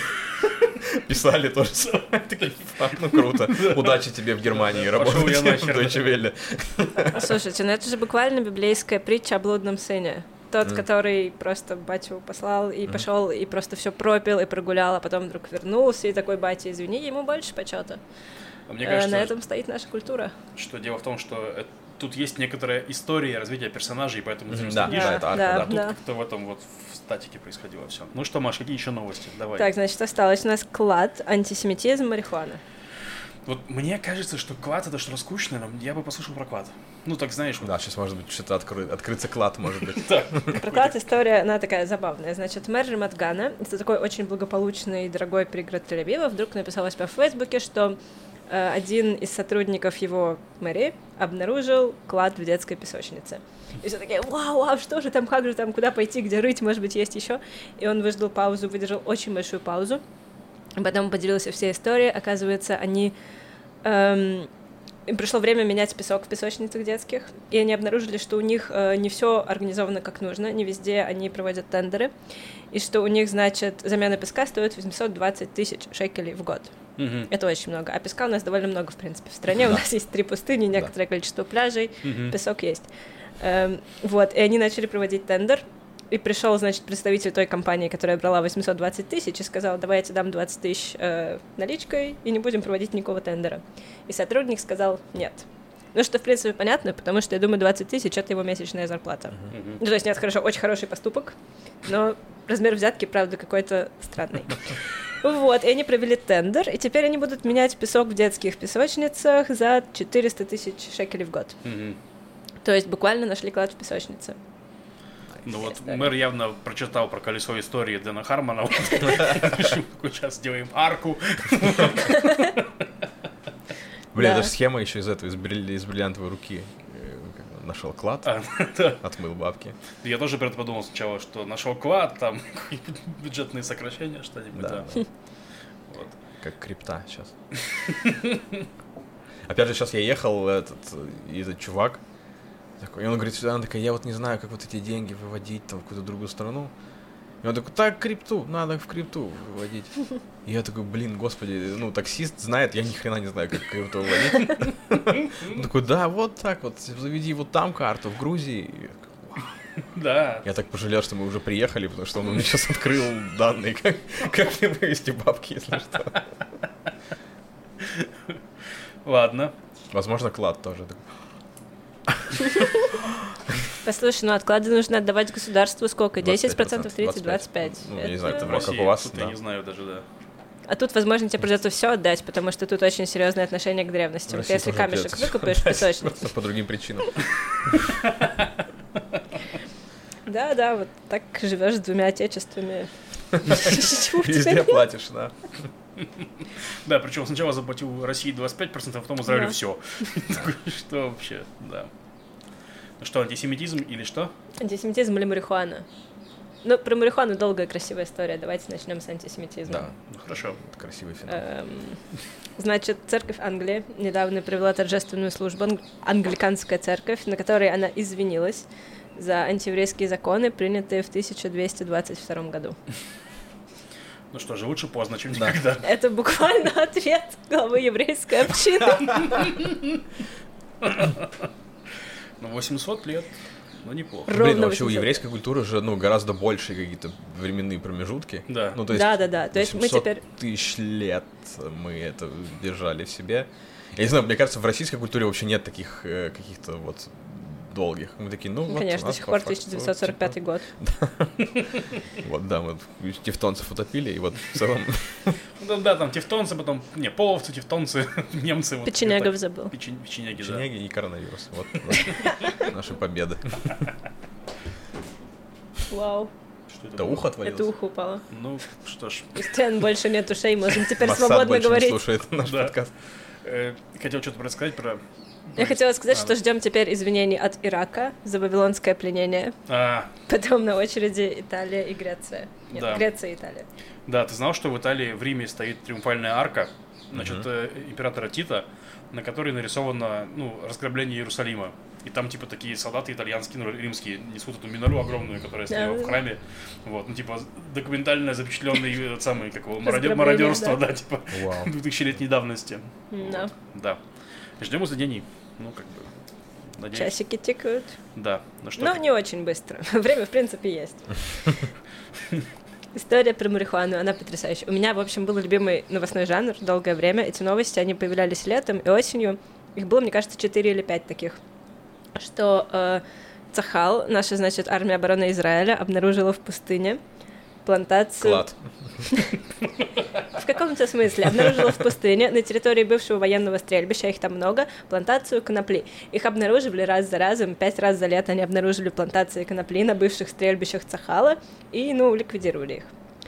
писали то же самое. Такие, ну круто, удачи тебе в Германии работать в Deutsche Welle. Слушайте, ну это же буквально библейская притча о блудном сыне. Тот, mm. который просто батю послал и mm. пошел, и просто все пропил, и прогулял, а потом вдруг вернулся, и такой, батя, извини, ему больше почета. А мне кажется, на этом стоит наша культура. Что дело в том, что тут есть некоторая история развития персонажей, поэтому ты mm-hmm. да, следишь. Да, это арка, да, да. Тут да. как-то в этом вот в статике происходило все. Ну что, Маш, какие еще новости? Давай. Так, значит, осталось у нас клад, антисемитизм, марихуана. Вот мне кажется, что клад — это что-то скучное, но я бы послушал про клад. Ну, так знаешь... Да, сейчас, может быть, что-то откры... открыться клад, может быть. Про клад история, она такая забавная. Значит, мэр Рамат-Гана, это такой очень благополучный и дорогой пригород Тель-Авива, вдруг написал у себя в Фейсбуке, что э, один из сотрудников его мэрии обнаружил клад в детской песочнице. И все такие, вау, а что же там, как же там, куда пойти, где рыть, может быть, есть еще. И он выждал паузу, выдержал очень большую паузу. Потом поделился всей историей. Оказывается, они... Эм, им пришло время менять песок в песочницах детских, и они обнаружили, что у них э, не все организовано как нужно, не везде они проводят тендеры, и что у них, значит, замена песка стоит восемьсот двадцать тысяч шекелей в год. Mm-hmm. Это очень много. А песка у нас довольно много, в принципе, в стране. У нас есть три пустыни, некоторое количество пляжей, mm-hmm. песок есть. Эм, вот, и они начали проводить тендер. И пришел, значит, представитель той компании, которая брала восемьсот двадцать тысяч, и сказал, давай я тебе дам двадцать тысяч э, наличкой, и не будем проводить никакого тендера. И сотрудник сказал нет. Ну, что, в принципе, понятно, потому что, я думаю, двадцать тысяч — это его месячная зарплата. Uh-huh. Ну, то есть, нет, хорошо, очень хороший поступок, но размер взятки, правда, какой-то странный. Вот, и они провели тендер, и теперь они будут менять песок в детских песочницах за четыреста тысяч шекелей в год. Uh-huh. То есть, буквально нашли клад в песочнице. Ну вот мэр явно прочитал про колесо истории Дэна Хармона. Решил, сейчас сделаем арку. Блин, это же схема еще из этого, из бриллиантовой руки. Нашел клад, отмыл бабки. Я тоже про это подумал сначала, что нашел клад, там бюджетные сокращения, что-нибудь. Да. Как крипта сейчас. Опять же, сейчас я ехал, этот, и этот чувак, и он говорит, сюда, она такая, я вот не знаю, как вот эти деньги выводить там в какую-то другую страну. И он такой, так, крипту, надо в крипту выводить. И я такой, блин, господи, ну, таксист знает, я ни хрена не знаю, как крипту выводить. Он такой, да, вот так вот, заведи вот там карту, в Грузии. Да. Я так пожалел, что мы уже приехали, потому что он мне сейчас открыл данные, как, как мне вывести бабки, если что. Ладно. Возможно, клад тоже. Послушай, ну отклады нужно отдавать государству сколько? десять процентов, тридцать, двадцать пять? Ну, я не знаю, Это в как России, у вас, тут да. я не знаю даже, да. А тут, возможно, тебе придется все отдать, потому что тут очень серьезное отношение к древности. Вот если камешек выкопаешь в песочнице. По другим причинам. Да, да, вот так живешь с двумя отечествами. Везде платишь, да. Да, причем сначала заплатил России двадцать пять процентов, а потом Израилю Да. все. Что вообще, да. Что, антисемитизм или что? Антисемитизм или марихуана? Ну, про марихуану долгая красивая история. Давайте начнем с антисемитизма. Да, Ну, хорошо. это красивый финал. Эм, Значит, церковь Англии недавно провела торжественную службу, ан- англиканская церковь, на которой она извинилась за антиеврейские законы, принятые в тысяча двести двадцать втором году. Ну что же, лучше поздно, чем Да. никогда. Это буквально ответ главы еврейской общины. Ну, восемьсот лет, ну, неплохо. Ровно Блин, вообще у восемьсот. еврейской культуры же, ну, гораздо больше какие-то временные промежутки. Да. Ну, то есть Да-да-да, то есть мы восемьсот теперь- тысяч лет мы это держали в себе. Я не знаю, мне кажется, в российской культуре вообще нет таких э, каких-то вот долгих. Мы такие, ну, Ну, вот конечно, у нас до сих по пор факту, тысяча девятьсот сорок пятый год. типа, Вот, да, мы тевтонцев утопили, и вот в целом... Ну, да, да, там тевтонцы, потом, не, половцы, тевтонцы, немцы. вот Печенегов так. забыл. Печень- Печенеги, да. Печенеги и коронавирус. Вот да, наши победы. Вау, Что это Это было? ухо отвалилось? это ухо упало. Ну, что ж. У стен больше нет ушей, можем теперь Моссад свободно больше не говорить. слушает наш Да. подкаст. Э, Хотел что-то рассказать про... Я хотела сказать, А, что ждем теперь извинений от Ирака за вавилонское пленение. А, Потом на очереди Италия и Греция. Нет, Да. Греция и Италия. да, ты знал, что в Италии, в Риме стоит триумфальная арка, значит, э, императора Тита, на которой нарисовано, ну, разграбление Иерусалима. И там, типа, такие солдаты итальянские, ну, римские, несут эту минору огромную, которая стояла в Да-да-да. храме. Вот, ну, типа, документально запечатленный, этот самый, как его, мародер- Разграбление, мародерство, да. да, типа, Вау. двухтысячелетней давности. Да. Да. Ждем извинений. Ну, как бы, надеюсь. Часики тикают. Да. Ну что, Но ты- не очень быстро. Время, в принципе, есть. История про марихуану, она потрясающая. У меня, в общем, был любимый новостной жанр долгое время. Эти новости, они появлялись летом и осенью. Их было, мне кажется, четыре или пять таких. Что э, Цахал, наша, значит, армия обороны Израиля, обнаружила в пустыне плантацию... Клад. В каком-то смысле обнаружила в пустыне на территории бывшего военного стрельбища, их там много, плантацию конопли. Их обнаруживали раз за разом, пять раз за лето они обнаружили плантации конопли на бывших стрельбищах Цахала и, ну, ликвидировали их.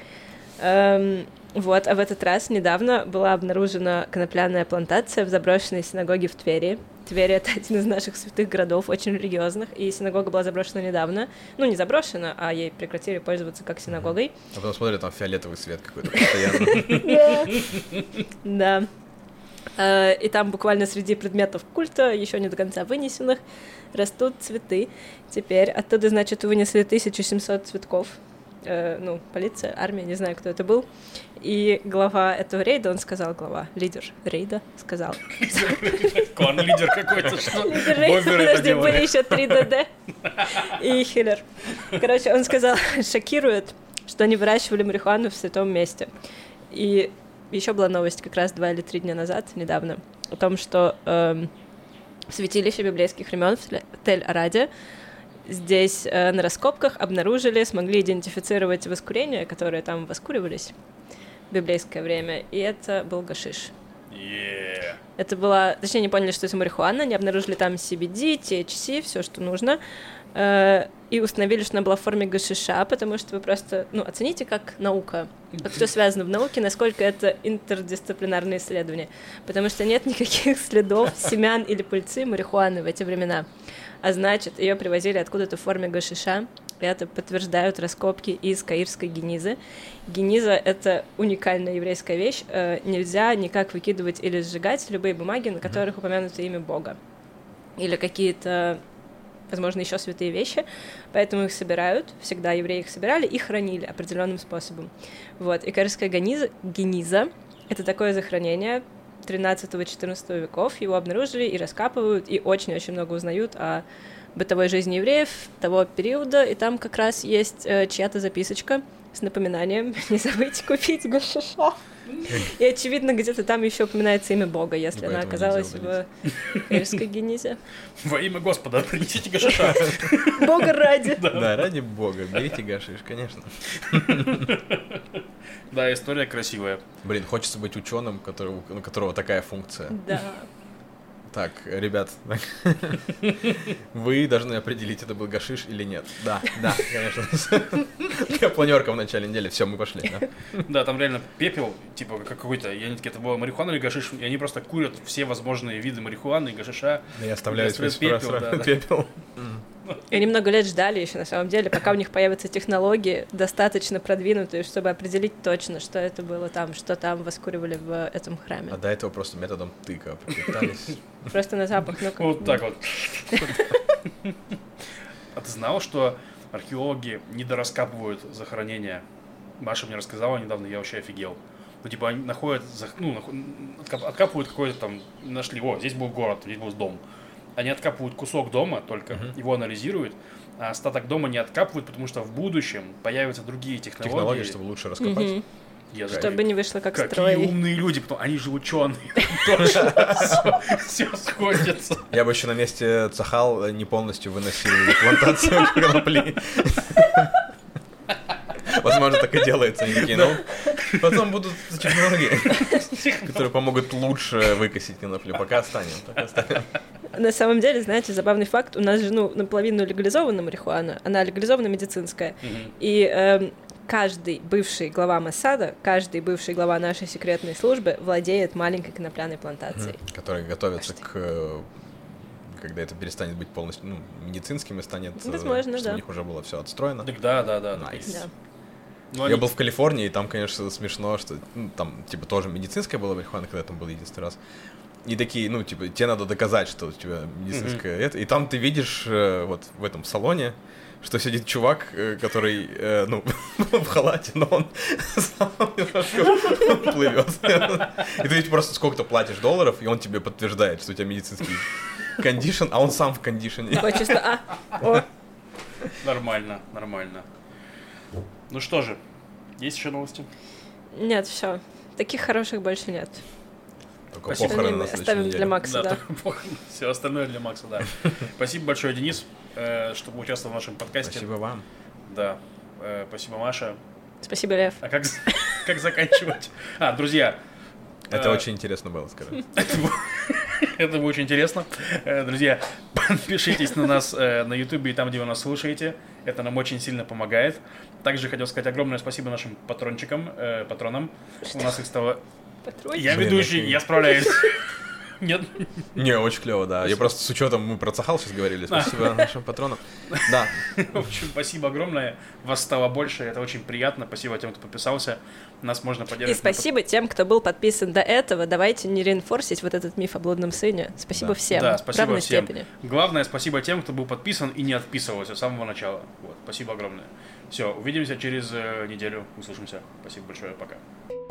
Эм, вот, а в этот раз недавно была обнаружена конопляная плантация в заброшенной синагоге в Твери. Тверь — это один из наших святых городов, очень религиозных, и синагога была заброшена недавно. Ну, не заброшена, а ей прекратили пользоваться как синагогой. А потом смотрят, там фиолетовый свет какой-то постоянно. Да. Э, И там буквально среди предметов культа, еще не до конца вынесенных, растут цветы. Теперь оттуда, значит, вынесли тысяча семьсот цветков. Э, Ну, полиция, армия, не знаю, кто это был. И глава этого рейда, он сказал, глава, лидер рейда сказал. Клан-лидер какой-то, что? Лидер рейда, Бомберы это подожди, были делали. еще три ДД и Хиллер. Короче, он сказал, шокирует, что они выращивали марихуану в святом месте. И еще была новость как раз два или три дня назад, недавно, о том, что эм, в святилище библейских времен в Тель-Араде здесь э, на раскопках обнаружили, смогли идентифицировать воскурения, которые там воскуривались в библейское время, и это был гашиш. Е. Это была... Точнее, не поняли, что это марихуана, они обнаружили там си би ди, ти эйч си, все, что нужно, э, и установили, что она была в форме гашиша, потому что вы просто, ну, оцените как наука, как все связано в науке, насколько это интердисциплинарные исследования, потому что нет никаких следов семян или пыльцы марихуаны в эти времена, а значит, ее привозили откуда-то в форме гашиша. Это подтверждают раскопки из Каирской генизы. Гениза — это уникальная еврейская вещь. Э, нельзя никак выкидывать или сжигать любые бумаги, на которых упомянуто имя Бога. Или какие-то, возможно, еще святые вещи. Поэтому их собирают. Всегда евреи их собирали и хранили определенным способом. Вот. И Каирская гениза, гениза — это такое захоронение тринадцатого-четырнадцатого веков. Его обнаружили и раскапывают, и очень-очень много узнают о бытовой жизни евреев того периода, и там как раз есть э, чья-то записочка с напоминанием не забыть купить гашиша. И, очевидно, где-то там еще упоминается имя Бога, если она оказалась в Эльской Генизе. Во имя Господа, принесите гашиша. Бога ради. Да, ради Бога, берите гашиш, конечно. Да, история красивая. Блин, хочется быть ученым, которого, у которого такая функция. Да. Так, ребят, вы должны определить, это был гашиш или нет. Да, да, конечно. Планерка в начале недели, все, мы пошли, да? Да, там реально пепел, типа какой-то, я не такие, это было марихуана или гашиш, и они просто курят все возможные виды марихуаны и гашиша. И оставляют весь пепел, да, да. пепел. И они много лет ждали еще, на самом деле, пока у них появятся технологии достаточно продвинутые, чтобы определить точно, что это было там, что там воскуривали в этом храме. А до этого просто методом тыка пропитались. Просто на запах. Ну, Вот так вот. А ты знал, что археологи недораскапывают захоронения? Маша мне рассказала недавно, я вообще офигел. Ну, типа, они находят, ну, откапывают какой-то там, нашли, о, здесь был город, здесь был дом. Они откапывают кусок дома только, uh-huh. его анализируют, а остаток дома не откапывают, потому что в будущем появятся другие технологии. Технологии, чтобы лучше раскопать. Uh-huh. Я чтобы знаю, не вышло как какие строй. Какие умные люди, потому они же ученые. Все сходится. Я бы еще на месте Цахал не полностью выносил плантацию конопли. Возможно, так и делается. Они такие, ну, потом будут технологии, которые помогут лучше выкосить коноплю. Пока останем, пока останем. На самом деле, знаете, забавный факт, у нас же, ну, наполовину легализована марихуана, она легализована медицинская, mm-hmm. и э, каждый бывший глава Моссада, каждый бывший глава нашей секретной службы владеет маленькой конопляной плантацией. Mm-hmm. Которые готовятся каждый. к... когда это перестанет быть полностью, ну, медицинским и станет... Возможно, что да. у них уже было все отстроено. Так да, да, да. Nice. Да. Ну, я они... был в Калифорнии, и там, конечно, смешно, что ну, там, типа, тоже медицинская была марихуана, когда я там был единственный раз. И такие, ну, типа, тебе надо доказать, что у тебя медицинская... Mm-hmm. Это. И там ты видишь э, вот в этом салоне, что сидит чувак, э, который, э, ну, в халате, но он сам немножко плывет. И ты ведь просто сколько-то платишь долларов, и он тебе подтверждает, что у тебя медицинский кондишн, а он сам в кондишне. Хочется, а, о. Нормально, нормально. Ну что же, есть еще новости? Нет, все. Таких хороших больше нет. Только похороны на оставим неделе. для Макса, да. да. Все остальное для Макса, да. Спасибо большое, Денис, что участвовал в нашем подкасте. Спасибо вам. Да. Спасибо, Маша. Спасибо, Лев. А как, как заканчивать? А, друзья. Это очень интересно было, скажем. Это было очень интересно. Друзья, подпишитесь на нас на Ютубе и там, где вы нас слушаете. Это нам очень сильно помогает. Также хотел сказать огромное спасибо нашим патрончикам, э, патронам. Что? У нас их стало... Патрончик? Я ведущий, я справляюсь. Нет? Не, очень клево, да. Я просто с учетом, мы про Цахал сейчас говорили. Спасибо нашим патронам. Да. В общем, спасибо огромное. Вас стало больше, это очень приятно. Спасибо тем, кто подписался. Нас можно поддерживать. И спасибо тем, кто был подписан до этого. Давайте не реинфорсить вот этот миф о блудном сыне. Спасибо да. всем. Да, спасибо в равной всем. степени. Главное, спасибо тем, кто был подписан и не отписывался с самого начала. Вот. Спасибо огромное. Все, увидимся через э, неделю. Услышимся. Спасибо большое. Пока.